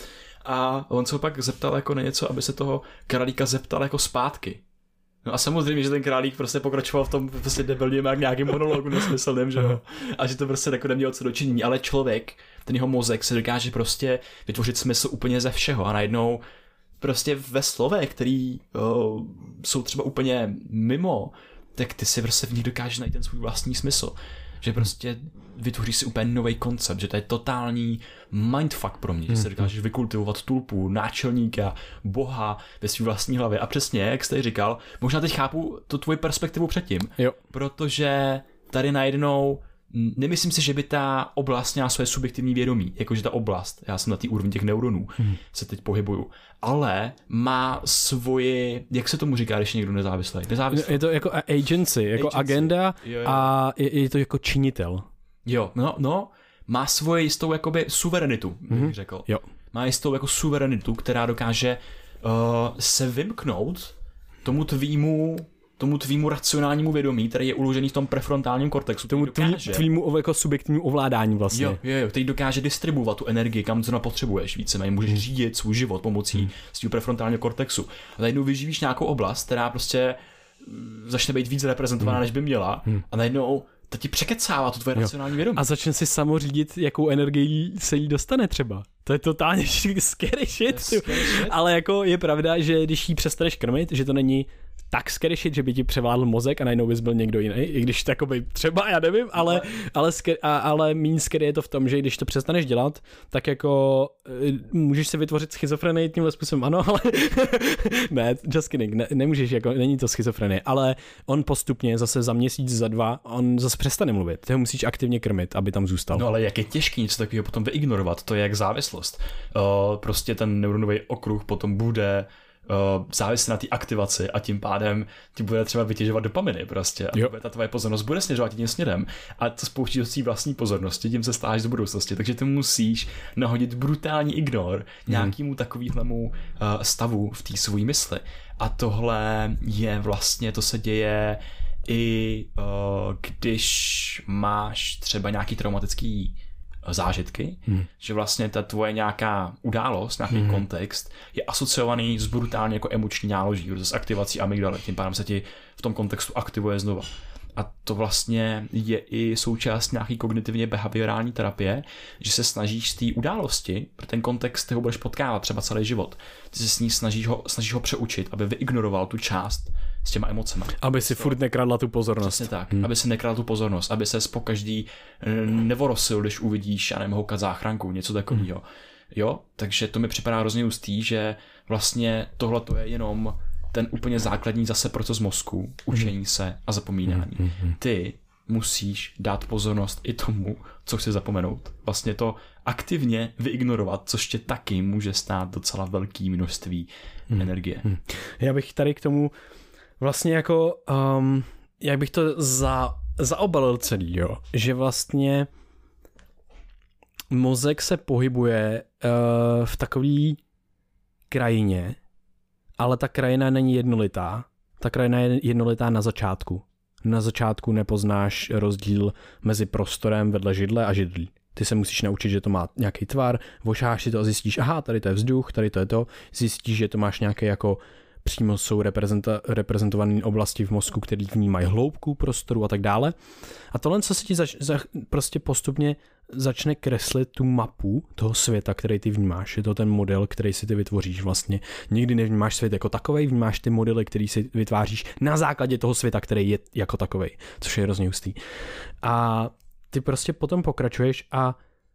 A on se ho pak zeptal jako na něco, aby se toho králíka zeptal jako zpátky. No a samozřejmě, že ten králík prostě pokračoval v tom prostě debilním jak nějakým monologu nesmyslným, že jo. A že to prostě jako nemělo co dočinění, ale člověk, ten jeho mozek se dokáže prostě vytvořit smysl úplně ze všeho a najednou prostě ve slovech, který oh, jsou třeba úplně mimo, tak ty si prostě v nich dokážeš najít ten svůj vlastní smysl. Že prostě vytvoří si úplně nový koncept, že to je totální mindfuck pro mě, že se dokážeš vykultivovat tulpu, náčelníka, Boha ve své vlastní hlavě. A přesně, jak jste říkal, možná teď chápu tu tvoji perspektivu předtím, jo. Protože tady najednou nemyslím si, že by ta oblast měla své subjektivní vědomí, jakože ta oblast, já jsem na té úrovni těch neuronů, hmm. se teď pohybuju, ale má svoje, jak se tomu říká, když je někdo nezávislý? nezávislý? Je to jako agency, jako agency. agenda jo, jo. A je, je to jako činitel. Jo, no, no, má svoji jistou jakoby suverenitu, bych hmm. řekl. Jo. Má jistou jako suverenitu, která dokáže uh, se vymknout tomu tvýmu tomu tvýmu racionálnímu vědomí, který je uložený v tom prefrontálním kortexu. Tomu dokáže, tvýmu jako subjektnímu ovládání vlastně. Jo, jo, jo, který dokáže distribuovat tu energii, kam co potřebuješ víceméně. Můžeš hmm. řídit svůj život pomocí hmm. svého prefrontálního kortexu. A najednou vyživíš nějakou oblast, která prostě začne být víc reprezentovaná, hmm. než by měla. Hmm. A najednou to ti překecává to tvoje jo. racionální vědomí. A začne si samořídit, jakou energii se jí dostane třeba. To je totálně scary shit. Scary shit. Ale jako je pravda, že když jí přestaneš krmit, že to není tak scary shit, že by ti převládl mozek a najednou bys byl někdo jiný, i když takovej třeba, já nevím, ale, ale, scary, a, ale méně scary je to v tom, že když to přestaneš dělat, tak jako můžeš si vytvořit schizofrenii tímhle způsobem, ano, ale ne, just kidding, ne, nemůžeš, jako, není to schizofrenie, ale on postupně zase za měsíc, za dva, on zase přestane mluvit, ty ho musíš aktivně krmit, aby tam zůstal. No ale jak je těžký něco takového potom vyignorovat, to je jak závislost. Uh, prostě ten neuronový okruh potom bude Uh, závisí na té aktivaci a tím pádem ti bude třeba vytěžovat dopaminy prostě a bude ta tvoje pozornost bude směřovat tím směrem a to spouští do své vlastní pozornosti, tím se stáváš do budoucnosti, takže ty musíš nahodit brutální ignor hmm. nějakému takovému uh, stavu v té své mysli a tohle je vlastně, to se děje i uh, když máš třeba nějaký traumatický zážitky, hmm. že vlastně ta tvoje nějaká událost, nějaký hmm. kontext je asociovaný s brutálně jako emoční náloží, s aktivací amygdaly, tím pádem se ti v tom kontextu aktivuje znova. A to vlastně je i součást nějaký kognitivně behaviorální terapie, že se snažíš z té události, pro ten kontext ty ho budeš potkávat třeba celý život, ty se s ní snažíš ho, snažíš ho přeučit, aby vyignoroval tu část s těma emocema. Aby si furt nekradla tu pozornost. Přesně tak, hmm. aby si nekradla tu pozornost, aby ses po každý nevorosil, když uvidíš, já nevím, houkat záchranku, něco takového. Hmm. Jo, takže to mi připadá hrozně hustý, že vlastně tohle to je jenom ten úplně základní zase proces mozku, učení se a zapomínání. Ty musíš dát pozornost i tomu, co chci zapomenout. Vlastně to aktivně vyignorovat, což tě taky může stát docela velké množství hmm. energie. Hmm. Já bych tady k tomu vlastně jako, um, jak bych to za, zaobalil celý, jo, že vlastně mozek se pohybuje uh, v takový krajině, ale ta krajina není jednolitá. Ta krajina je jednolitá na začátku. Na začátku nepoznáš rozdíl mezi prostorem vedle židle a židlí. Ty se musíš naučit, že to má nějaký tvar, vošáš si to a zjistíš, aha, tady to je vzduch, tady to je to, zjistíš, že to máš nějaké jako přímo jsou reprezentované oblasti v mozku, které vnímají hloubku prostoru a tak dále. A tohle, co se ti zač- za- prostě postupně začne kreslit tu mapu toho světa, který ty vnímáš. Je to ten model, který si ty vytvoříš vlastně. Nikdy nevnímáš svět jako takovej, vnímáš ty modely, který si vytváříš na základě toho světa, který je jako takovej, což je hrozně hustý. A ty prostě potom pokračuješ a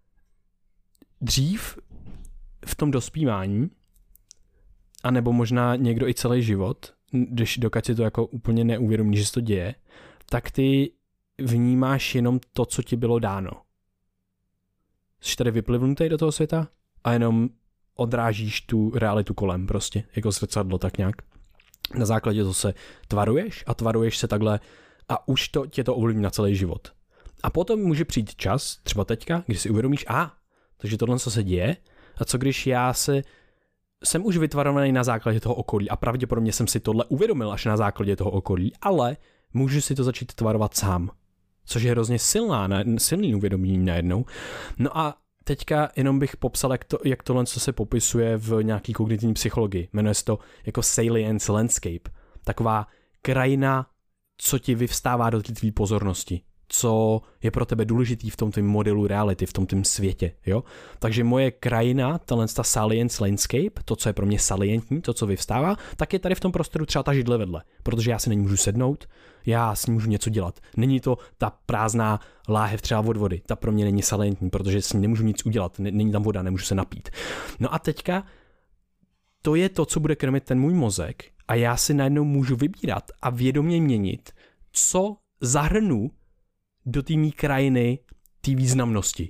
dřív v tom dospívání a nebo možná někdo i celý život, když dokud si to jako úplně neuvědomí, že se to děje, tak ty vnímáš jenom to, co ti bylo dáno. Jsi tady vyplivnutý do toho světa a jenom odrážíš tu realitu kolem prostě, jako zrcadlo tak nějak. Na základě toho se tvaruješ a tvaruješ se takhle a už to tě to ovlivní na celý život. A potom může přijít čas, třeba teďka, kdy si uvědomíš, a takže tohle co se děje a co když já se jsem už vytvarovaný na základě toho okolí a pravděpodobně jsem si tohle uvědomil až na základě toho okolí, ale můžu si to začít tvarovat sám, což je hrozně silná, silný uvědomění najednou. No a teďka jenom bych popsal, jak, to, jak tohle co se popisuje v nějaký kognitivní psychologii. Jmenuje se to jako salience landscape. Taková krajina, co ti vyvstává do tvý pozornosti. Co je pro tebe důležitý v tom tvým modelu reality, v tom tvým světě, jo? Takže moje krajina, tahle ta salience landscape, to, co je pro mě salientní, to, co vyvstává, tak je tady v tom prostoru třeba ta židle vedle, protože já si na ní můžu sednout, já s ní můžu něco dělat. Není to ta prázdná láhev třeba od vody, ta pro mě není salientní, protože s ní nemůžu nic udělat, není tam voda, nemůžu se napít. No a teďka to je to, co bude krmit ten můj mozek a já si najednou můžu vybírat a vědomě měnit, co zahrnu do té mý krajiny té významnosti.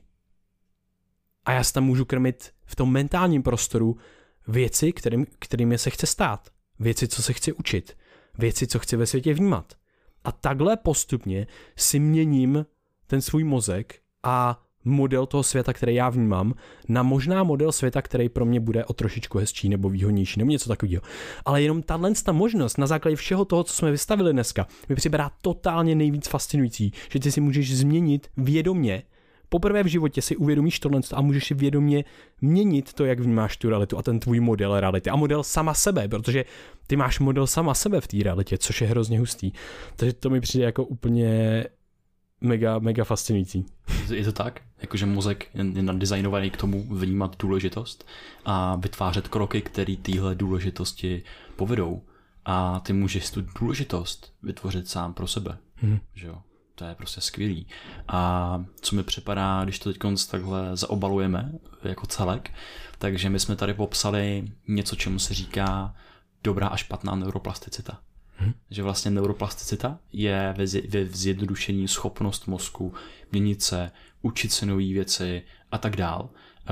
A já se tam můžu krmit v tom mentálním prostoru věci, kterým, kterými se chce stát. Věci, co se chci učit. Věci, co chci ve světě vnímat. A takhle postupně si měním ten svůj mozek a model toho světa, který já vnímám, na možná model světa, který pro mě bude o trošičku hezčí nebo výhodnější nebo něco takového. Ale jenom tahle ta možnost na základě všeho toho, co jsme vystavili dneska, mi připadá totálně nejvíc fascinující, že ty si můžeš změnit vědomě. Poprvé v životě si uvědomíš tohle a můžeš si vědomě měnit to, jak vnímáš tu realitu a ten tvůj model reality. A model sama sebe, protože ty máš model sama sebe v té realitě, což je hrozně hustý. Takže to mi přijde jako úplně mega, mega fascinující. Je to tak? Jakože mozek je nadizajnovaný k tomu vnímat důležitost a vytvářet kroky, které téhle důležitosti povedou. A ty můžeš tu důležitost vytvořit sám pro sebe. Hmm. Že jo? To je prostě skvělý. A co mi připadá, když to teď takhle zaobalujeme jako celek, takže my jsme tady popsali něco, čemu se říká dobrá a špatná neuroplasticita. Hmm. Že vlastně neuroplasticita je ve zjednodušení schopnost mozku měnit se, učit se nové věci a tak dál.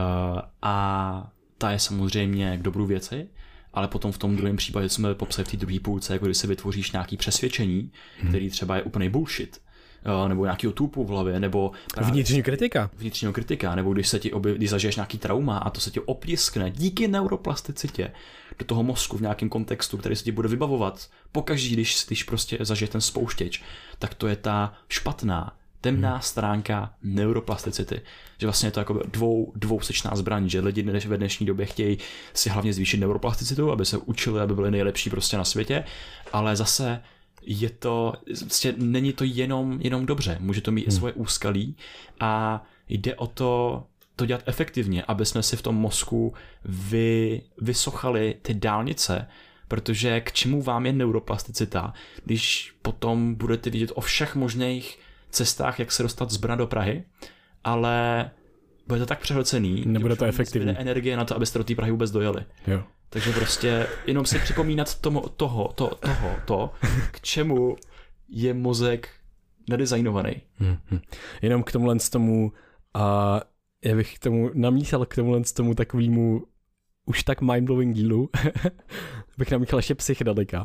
A ta je samozřejmě k dobru věci, ale potom v tom druhém případě jsme popsali v té druhé půlce, jako když si vytvoříš nějaké přesvědčení, hmm. který třeba je úplný bullshit, nebo nějakýho tupu v hlavě, nebo vnitřní kritika. Vnitřního kritika, nebo když se ti objev, když zažiješ nějaký trauma a to se ti opliskne díky neuroplasticitě do toho mozku v nějakém kontextu, který se ti bude vybavovat pokaždý, když, když prostě zažiješ ten spouštěč, tak to je ta špatná, temná hmm. stránka neuroplasticity. Že vlastně je to jako dvou, dvousečná zbraň, že lidi ve dnešní době chtějí si hlavně zvýšit neuroplasticitu, aby se učili, aby byli nejlepší prostě na světě, ale zase je to, vlastně není to jenom, jenom dobře, může to mít hmm. i svoje úskalí a jde o to, to dělat efektivně, aby jsme si v tom mozku vy, vysochali ty dálnice, protože k čemu vám je neuroplasticita, když potom budete vidět o všech možných cestách, jak se dostat z Brna do Prahy, ale bude to tak přehlcený, nebude to efektivní energie na to, abyste do té Prahy vůbec dojeli. Jo. Takže prostě jenom si připomínat tomu, toho, to, toho, to, k čemu je mozek nadizajnovaný. Hmm. Jenom k tomuhle z tomu, a já bych k tomu namíchal k tomuhle z tomu takovému už tak mindblowing dílu, bych namíchal ještě psychedelika.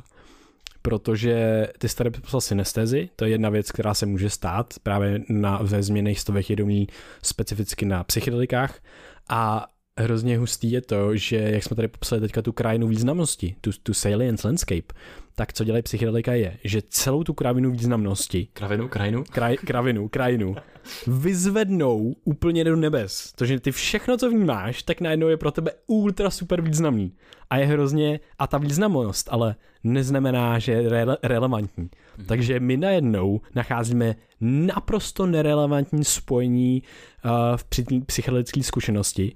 Protože ty jsi tady poslal synestézi, to je jedna věc, která se může stát právě na, ve změnných stavech vědomí specificky na psychedelikách a hrozně hustý je to, že jak jsme tady popsali teďka tu krajinu významnosti, tu, tu salience landscape, tak co dělají psychedelika je, že celou tu kravinu významnosti, kravinu, krajinu, kraj, kravinu, krajinu, vyzvednou úplně do nebes. To, že ty všechno, co vnímáš, tak najednou je pro tebe ultra super významný. A je hrozně, a ta významnost ale neznamená, že je rele, relevantní. Mm. Takže my najednou nacházíme naprosto nerelevantní spojení uh, v psychedelické zkušenosti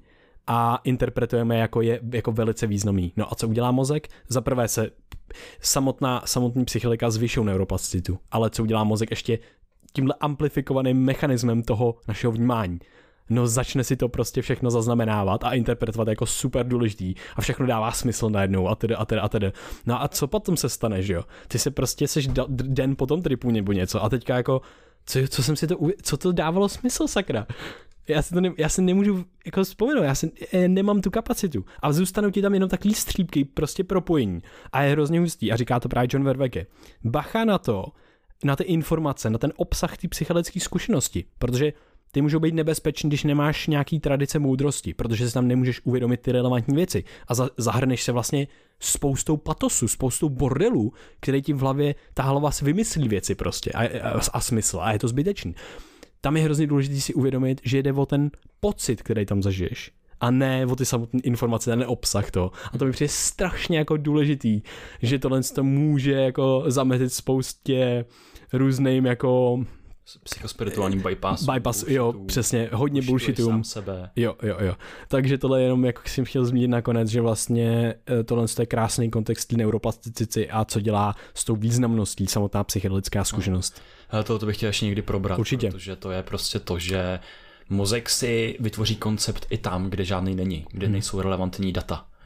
a interpretujeme jako je jako velice významný. No a co udělá mozek? Za prvé se samotná, samotný psychedelika zvyšují neuroplasticitu, ale co udělá mozek ještě tímhle amplifikovaným mechanismem toho našeho vnímání? No začne si to prostě všechno zaznamenávat a interpretovat jako super důležitý a všechno dává smysl najednou a tedy a tedy a tedy. No a co potom se stane, že jo? Ty se prostě seš den po tom tripu nebo něco a teďka jako, co, co jsem si to, co to dávalo smysl, sakra? Já si, to ne, já si nemůžu jako vzpomenout, já, si, já nemám tu kapacitu. A zůstanou ti tam jenom takový střípky, prostě propojení. A je hrozně hustý. A říká to právě John Vervaeke. Bacha na to, na ty informace, na ten obsah té psychedelické zkušenosti. Protože ty můžou být nebezpečný, když nemáš nějaký tradice moudrosti, protože si tam nemůžeš uvědomit ty relevantní věci. A za, zahrneš se vlastně spoustou patosu, spoustou bordelů, který ti v hlavě, ta hlava si vymyslí věci prostě a, a, a smysl. A je to zbytečný. Tam je hrozně důležité si uvědomit, že jde o ten pocit, který tam zažiješ. A ne o ty samotné informace, ten obsah to. A to mi přijde strašně jako důležitý, že tohle to může jako zametit spoustě různým jako psychospirituálním bypass. Bypass, jo, přesně, hodně bullshitům. Jo, jo, jo. Takže tohle je jenom, jak jsem chtěl zmínit nakonec, že vlastně tohle je krásný kontext neuroplasticity a co dělá s tou významností samotná psychedelická zkušenost. No. To, to bych chtěl ještě někdy probrat. Určitě. Protože to je prostě to, že mozek si vytvoří koncept i tam, kde žádný není, kde hmm. nejsou relevantní data.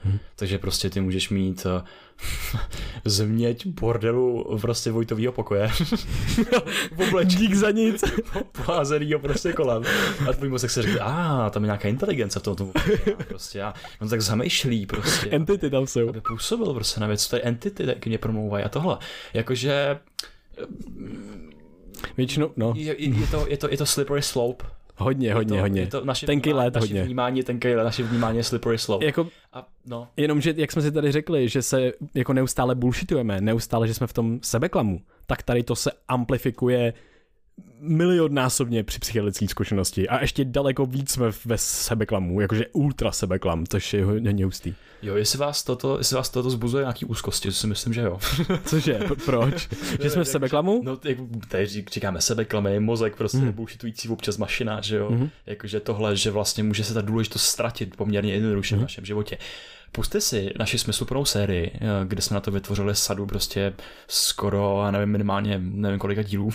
Hmm. Takže prostě ty můžeš mít uh, změť bordelu prostě Vojtovýho pokoje. Dík za nic. Poházerýho prostě kolem. A tvůj mozek se řekne, a tam je nějaká inteligence v tomto. Prostě a on tak zamýšlí prostě. Entity tam jsou. Aby působil prostě na věc, co tady entity taky mě promlouvají a tohle. Jakože většinou, no. Je, je, to, je, to, je to slippery slope. Hodně, hodně, je to, hodně. Je to naše tenký vnímání, let, naše hodně. Vnímání, tenký let, naše vnímání je slippery slope. Jako, a, no. Jenomže, jak jsme si tady řekli, že se jako neustále bullshitujeme, neustále, že jsme v tom sebeklamu, tak tady to se amplifikuje milionnásobně při psychedelické zkušenosti a ještě daleko víc jsme ve sebeklamu, jakože ultra sebeklam, což je hodně hustý. Jo, jestli vás toto, jestli vás toto zbuzuje nějaký úzkosti, to si myslím, že jo. Cože? Proč? Že jsme v sebeklamu? No, jak tady říkáme sebeklamy, mozek prostě mm. bullshitující občas mašina, že jo. Mm. Jakože tohle, že vlastně může se ta důležitost ztratit poměrně jednoduše mm. v našem životě. Puste si naši smysluplnou sérii, kde jsme na to vytvořili sadu prostě skoro, já nevím, minimálně, nevím kolika dílů.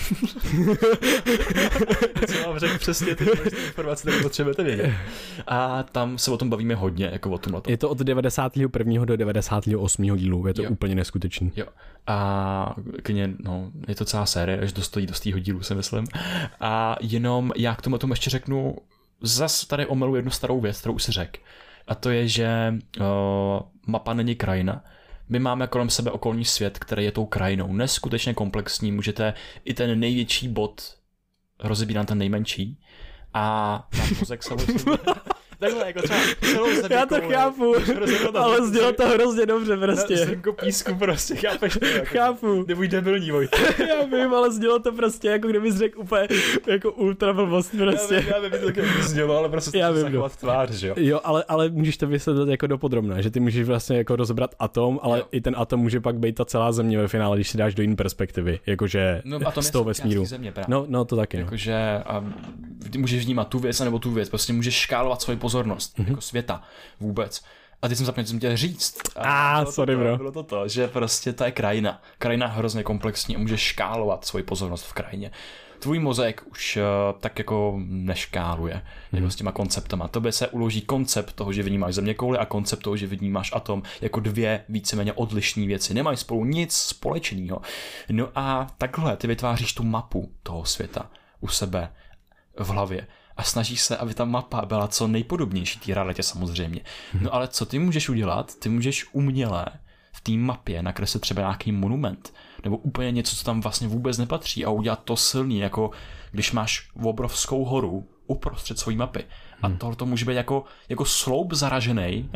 Co vám řekl přesně ty informace, které potřebujete vědět. A tam se o tom bavíme hodně, jako o tomhle. Je to od devadesátého prvního do devadesátého osmého dílu, je to jo. úplně neskutečný. Jo. A kně, no, je to celá série, až dostojí do stého dílu, si myslím. A jenom já k tomu tomu ještě řeknu, zas tady omelu jednu starou věc, kterou už si řekl. A to je, že uh, mapa není krajina. My máme kolem sebe okolní svět, který je tou krajinou. Neskutečně komplexní, můžete i ten největší bod rozebírat na ten nejmenší. A náš mozek samozřejmě... Takhle, jako třeba celou zemi. Já to chápu, ale zdělo to hrozně dobře prostě. Na zrnko písku prostě, chápeš to? Jako, chápu. Nebuď debilní, Vojta. Já vím, ale zdělo to prostě, jako kdybys řekl úplně jako ultra blbost prostě. Já vím, já vím, to taky zdělo, ale prostě já to zachovat tvář, že jo? Jo, ale, ale můžeš to vysvětlit jako dopodrobná, že ty můžeš vlastně jako rozebrat atom, ale jo. I ten atom může pak být ta celá země ve finále, když si dáš do jiné perspektivy, jakože no, z toho vesmíru. Země, no, no, to taky. Jakože ty můžeš vnímat tu věc nebo tu věc, prostě můžeš škálovat svoji pozornost, mm-hmm. jako světa vůbec. A teď jsem zapomněl, co jsem chtěl říct. A ah, sorry, to, bro. Bylo to to, že prostě to je krajina. Krajina je hrozně komplexní a můžeš škálovat svoji pozornost v krajině. Tvůj mozek už uh, tak jako neškáluje hmm. jako s těma konceptama. Tobě se uloží koncept toho, že vnímáš zeměkouli a koncept toho, že vnímáš atom jako dvě víceméně odlišné věci. Nemají spolu nic společného. No a takhle ty vytváříš tu mapu toho světa u sebe v hlavě. A snažíš se, aby ta mapa byla co nejpodobnější té realitě samozřejmě. No ale co ty můžeš udělat? Ty můžeš uměle v té mapě nakreslit třeba nějaký monument, nebo úplně něco, co tam vlastně vůbec nepatří a udělat to silný, jako když máš obrovskou horu uprostřed své mapy. A tohle to může být jako, jako sloup zaražený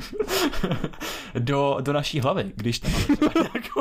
do, do naší hlavy, když tam máme třeba nějakou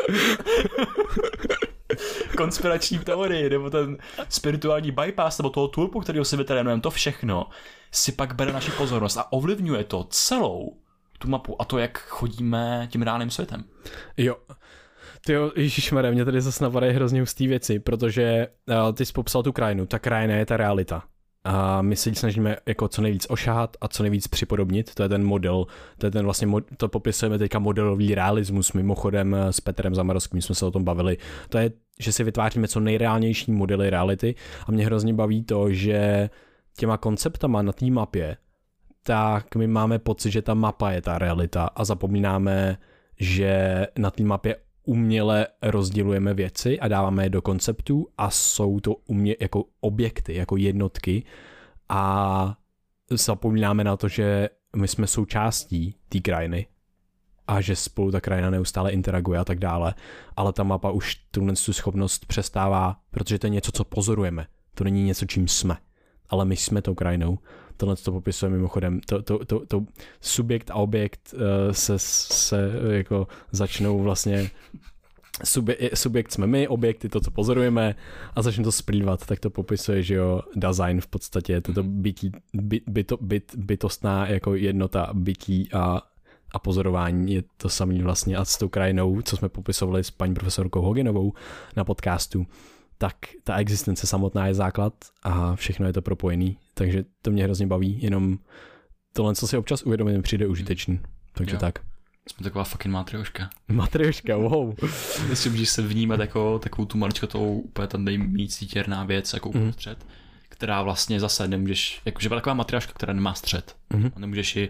konspirační teorii, nebo ten spirituální bypass, nebo toho tulpu, kterýho si vytrénujeme, to všechno si pak bere naši pozornost a ovlivňuje to celou tu mapu a to, jak chodíme tím reálným světem. Jo. Tyjo, ježišmarja, mě tady zase napadají hrozně hustý věci, protože uh, ty jsi popsal tu krajinu, ta krajina je ta realita. A my se snažíme jako co nejvíc ošahat a co nejvíc připodobnit, to je ten model, to je ten vlastně, to popisujeme teďka modelový realismus, mimochodem s Petrem Zamarovským jsme se o tom bavili, to je, že si vytváříme co nejreálnější modely reality a mě hrozně baví to, že těma konceptama na té mapě, tak my máme pocit, že ta mapa je ta realita a zapomínáme, že na té mapě uměle rozdělujeme věci a dáváme je do konceptů a jsou to umě, jako objekty, jako jednotky a zapomínáme na to, že my jsme součástí té krajiny a že spolu ta krajina neustále interaguje a tak dále, ale ta mapa už tu schopnost přestává, protože to je něco, co pozorujeme, to není něco, čím jsme, ale my jsme tou krajinou. Tohle to popisuje mimochodem, to, to, to, to subjekt a objekt uh, se, se jako začnou vlastně, subje, subjekt jsme my, objekt je to, co pozorujeme a začne to splývat, tak to popisuje, že jo, Dasein v podstatě, toto bytí, by, byto, byt, bytostná jako jednota bytí a, a pozorování je to samý vlastně a s tou krajinou, co jsme popisovali s paní profesorkou Hogenovou na podcastu, tak ta existence samotná je základ a všechno je to propojený, takže to mě hrozně baví, jenom tohle, co si občas uvědomím, přijde užitečný, takže jo. Tak. Jsme taková fucking matrioška. Matrioška, wow. Myslím, můžeš se vnímat jako takovou tu maličkotou, úplně tam nejvíc těrná věc, jako uprostřed, mm. která vlastně zase nemůžeš, jakože byla taková matrioška, která nemá střed. Mm. A nemůžeš ji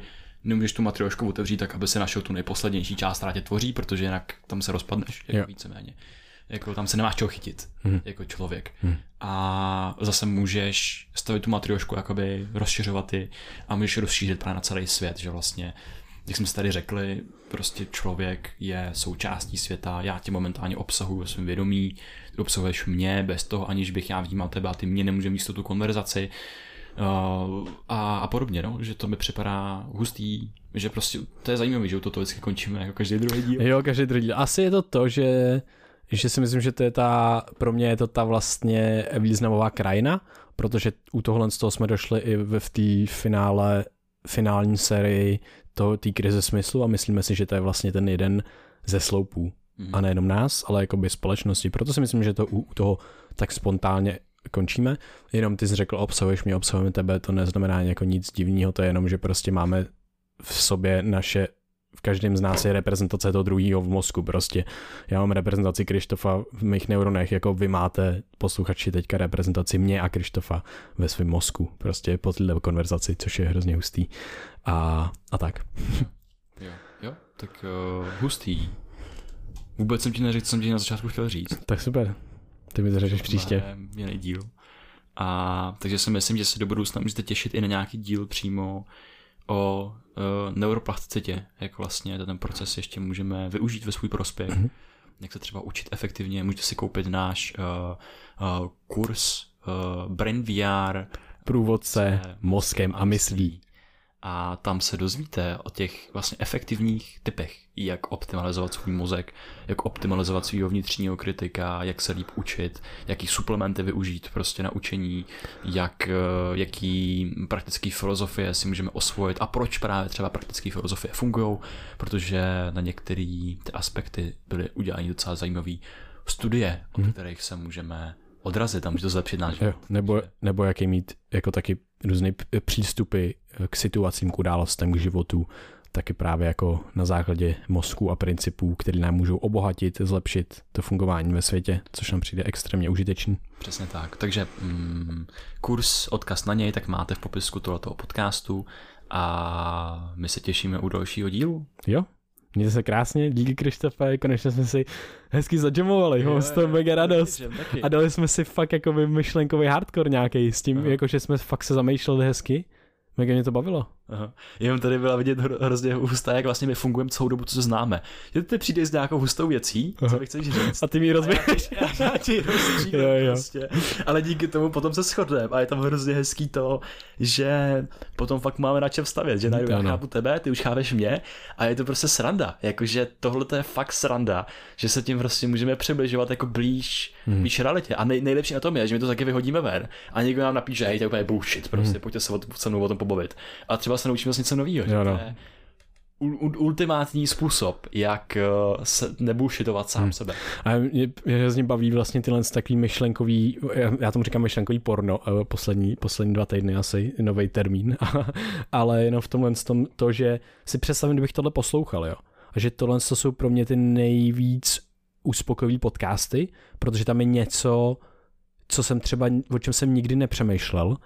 nemůžeš tu matriošku otevřít tak, aby se našel tu nejposlednější část, která tě tvoří, protože jinak tam se rozpadneš, jako víceméně. Jako tam se nemáš čeho chytit, hmm. jako člověk. Hmm. A zase můžeš stavit tu matriošku, jakoby rozšiřovat ji a můžeš rozšířit právě na celý svět, že vlastně, jak jsme si tady řekli, prostě člověk je součástí světa, já tě momentálně obsahuju ve svém vědomí, ty obsahuješ mě, bez toho, aniž bych já vnímal tebe a ty mě nemůžeme místo tu konverzaci uh, a, a podobně, no, že to mi připadá hustý, že prostě to je zajímavé, že toto vždycky končíme jako každý druhý díl. Jo, každý druhý díl. Asi je to to, že že si myslím, že to je ta, pro mě je to ta vlastně významová krajina, protože u tohohle z toho jsme došli i v té finále, finální sérii té krize smyslu a myslíme si, že to je vlastně ten jeden ze sloupů. Mm. A nejenom nás, ale jakoby společnosti. Proto si myslím, že to u, u toho tak spontánně končíme. Jenom ty jsi řekl, obsahuješ mě, obsahujeme tebe, to neznamená jako nic divného, to je jenom, že prostě máme v sobě naše v každém z nás je reprezentace toho druhého v mozku prostě. Já mám reprezentaci Krištofa v mých neuronech, jako vy máte, posluchači, teďka reprezentaci mě a Krištofa ve svém mozku. Prostě po této konverzaci, což je hrozně hustý. A, a tak. Jo, jo, tak uh, hustý. Vůbec jsem ti neřekl, co jsem ti na začátku chtěl říct. Tak super. Ty mi to řekneš příště. Mělý díl. A takže si myslím, že se do budoucna můžete těšit i na nějaký díl přímo o uh, neuroplasticitě, jak vlastně ten proces ještě můžeme využít ve svůj prospěch, mm-hmm. jak se třeba učit efektivně, můžete si koupit náš uh, uh, kurz uh, Brain V R, průvodce mozkem a myslí. A tam se dozvíte o těch vlastně efektivních typech, jak optimalizovat svůj mozek, jak optimalizovat svýho vnitřního kritika, jak se líp učit, jaký suplementy využít prostě na učení, jak, jaký praktický filozofie si můžeme osvojit a proč právě třeba praktické filozofie fungují, protože na některé ty aspekty byly udělány docela zajímavé studie, od hmm. kterých se můžeme odrazit a může to zlepšit náš život. Nebo, nebo jaký mít jako taky různé přístupy k situacím, k událostem, k životu, taky právě jako na základě mozku a principů, které nám můžou obohatit, zlepšit to fungování ve světě, což nám přijde extrémně užitečný. Přesně tak. Takže mm, kurz, odkaz na něj, tak máte v popisku tohoto podcastu a my se těšíme u dalšího dílu. Jo. Mějte se krásně, díky Krištofe, konečně jsme si hezky zadžemovali, mám z toho mega radost. A dali jsme si fakt jako myšlenkový hardcore nějaký s tím, jako že jsme fakt se zamýšleli hezky. Mega mě to bavilo. Aha. Jenom tady byla vidět hrozně hustá, jak vlastně my fungujeme celou dobu, co se známe. Že ty přijdeš s nějakou hustou věcí, Aha. co mi chceš říct. A ty mi rozběhneš. Já, já, já ti rozstřílím prostě. Ale díky tomu potom se shodneme a je tam hrozně hezký to, že potom fakt máme na čem stavět, že najednou já chápu tebe, ty už chápeš mě a je to prostě sranda. Jakože tohle to je fakt sranda, že se tím prostě můžeme přibližovat jako blíž, hmm. blíž realitě. A nej, nejlepší na tom je, že my to taky vyhodíme ven a někdo nám napíše, hej, to je úplně bullshit, prostě hmm. pojďte se se mnou o tom pobavit. A třeba se naučíme něco nového. Jo, no. To je ultimátní způsob, jak se nebullshitovat sám hmm. sebe. A mě, mě hrozně baví vlastně tyhle takový myšlenkový, já tomu říkám myšlenkový porno, poslední, poslední dva týdny asi, nový termín, ale jenom v tomhle tom to, že si představím, kdybych tohle poslouchal, jo. A že tohle jsou pro mě ty nejvíc uspokojivý podcasty, protože tam je něco, co jsem třeba, o čem jsem nikdy nepřemýšlel,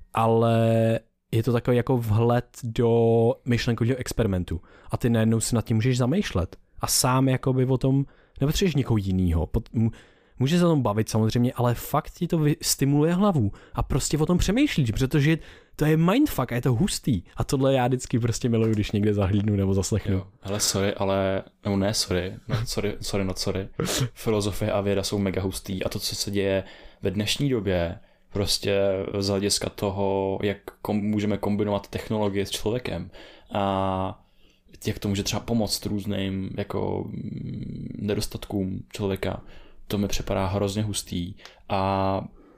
ale je to takový jako vhled do myšlenkového experimentu. A ty najednou si nad tím můžeš zamýšlet. A sám jakoby o tom, nepotřebuješ někoho jinýho. Můžeš se o tom bavit samozřejmě, ale fakt ti to stimuluje hlavu. A prostě o tom přemýšlíš, protože to je mindfuck a je to hustý. A tohle já vždycky prostě miluju, když někde zahlídnu nebo zaslechnu. Jo, hele, sorry, ale, no ne, sorry, no, sorry, sorry, no sorry. Filozofie a věda jsou mega hustý a to, co se děje ve dnešní době, prostě z hlediska toho, jak kom, můžeme kombinovat technologie s člověkem a jak to může třeba pomoct různým jako nedostatkům člověka, to mi připadá hrozně hustý. A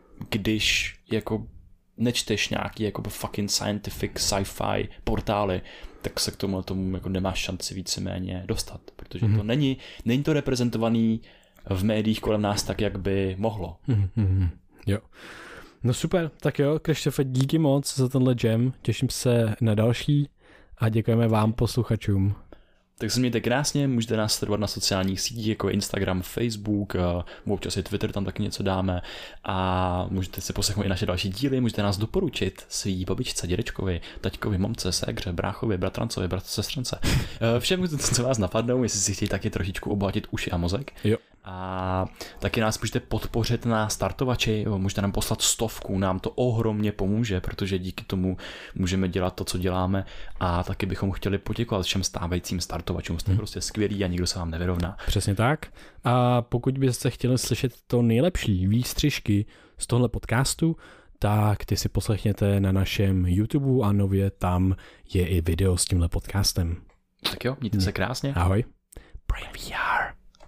když jako nečteš nějaký jako fucking scientific sci-fi portály, tak se k tomu tomu jako nemáš šanci víceméně dostat, protože mm-hmm. to není, není to reprezentovaný v médiích kolem nás tak, jak by mohlo. Mm-hmm. Jo. No super, tak jo, Krištofe, díky moc za tenhle jam, těším se na další a děkujeme vám, posluchačům. Tak se mějte krásně, můžete nás sledovat na sociálních sítích, jako Instagram, Facebook, občas i Twitter, tam taky něco dáme a můžete si poslechnout i naše další díly, můžete nás doporučit svý babičce, dědečkovi, taťkovi, mamce, ségře, bráchovi, bratrancovi, bratře, sestřence. Všem, co vás napadnou, jestli si chtějí taky trošičku obohatit uši a mozek. Jo. A taky nás můžete podpořit na startovači, můžete nám poslat stovku, nám to ohromně pomůže, protože díky tomu můžeme dělat to, co děláme a taky bychom chtěli poděkovat všem stávajícím startovačům, jste hmm. prostě skvělí a nikdo se vám nevyrovná. Přesně tak. A pokud byste chtěli slyšet to nejlepší výstřižky z tohle podcastu, tak ty si poslechněte na našem YouTube a nově tam je i video s tímhle podcastem. Tak jo, mějte se krásně. Ahoj. Brain V R.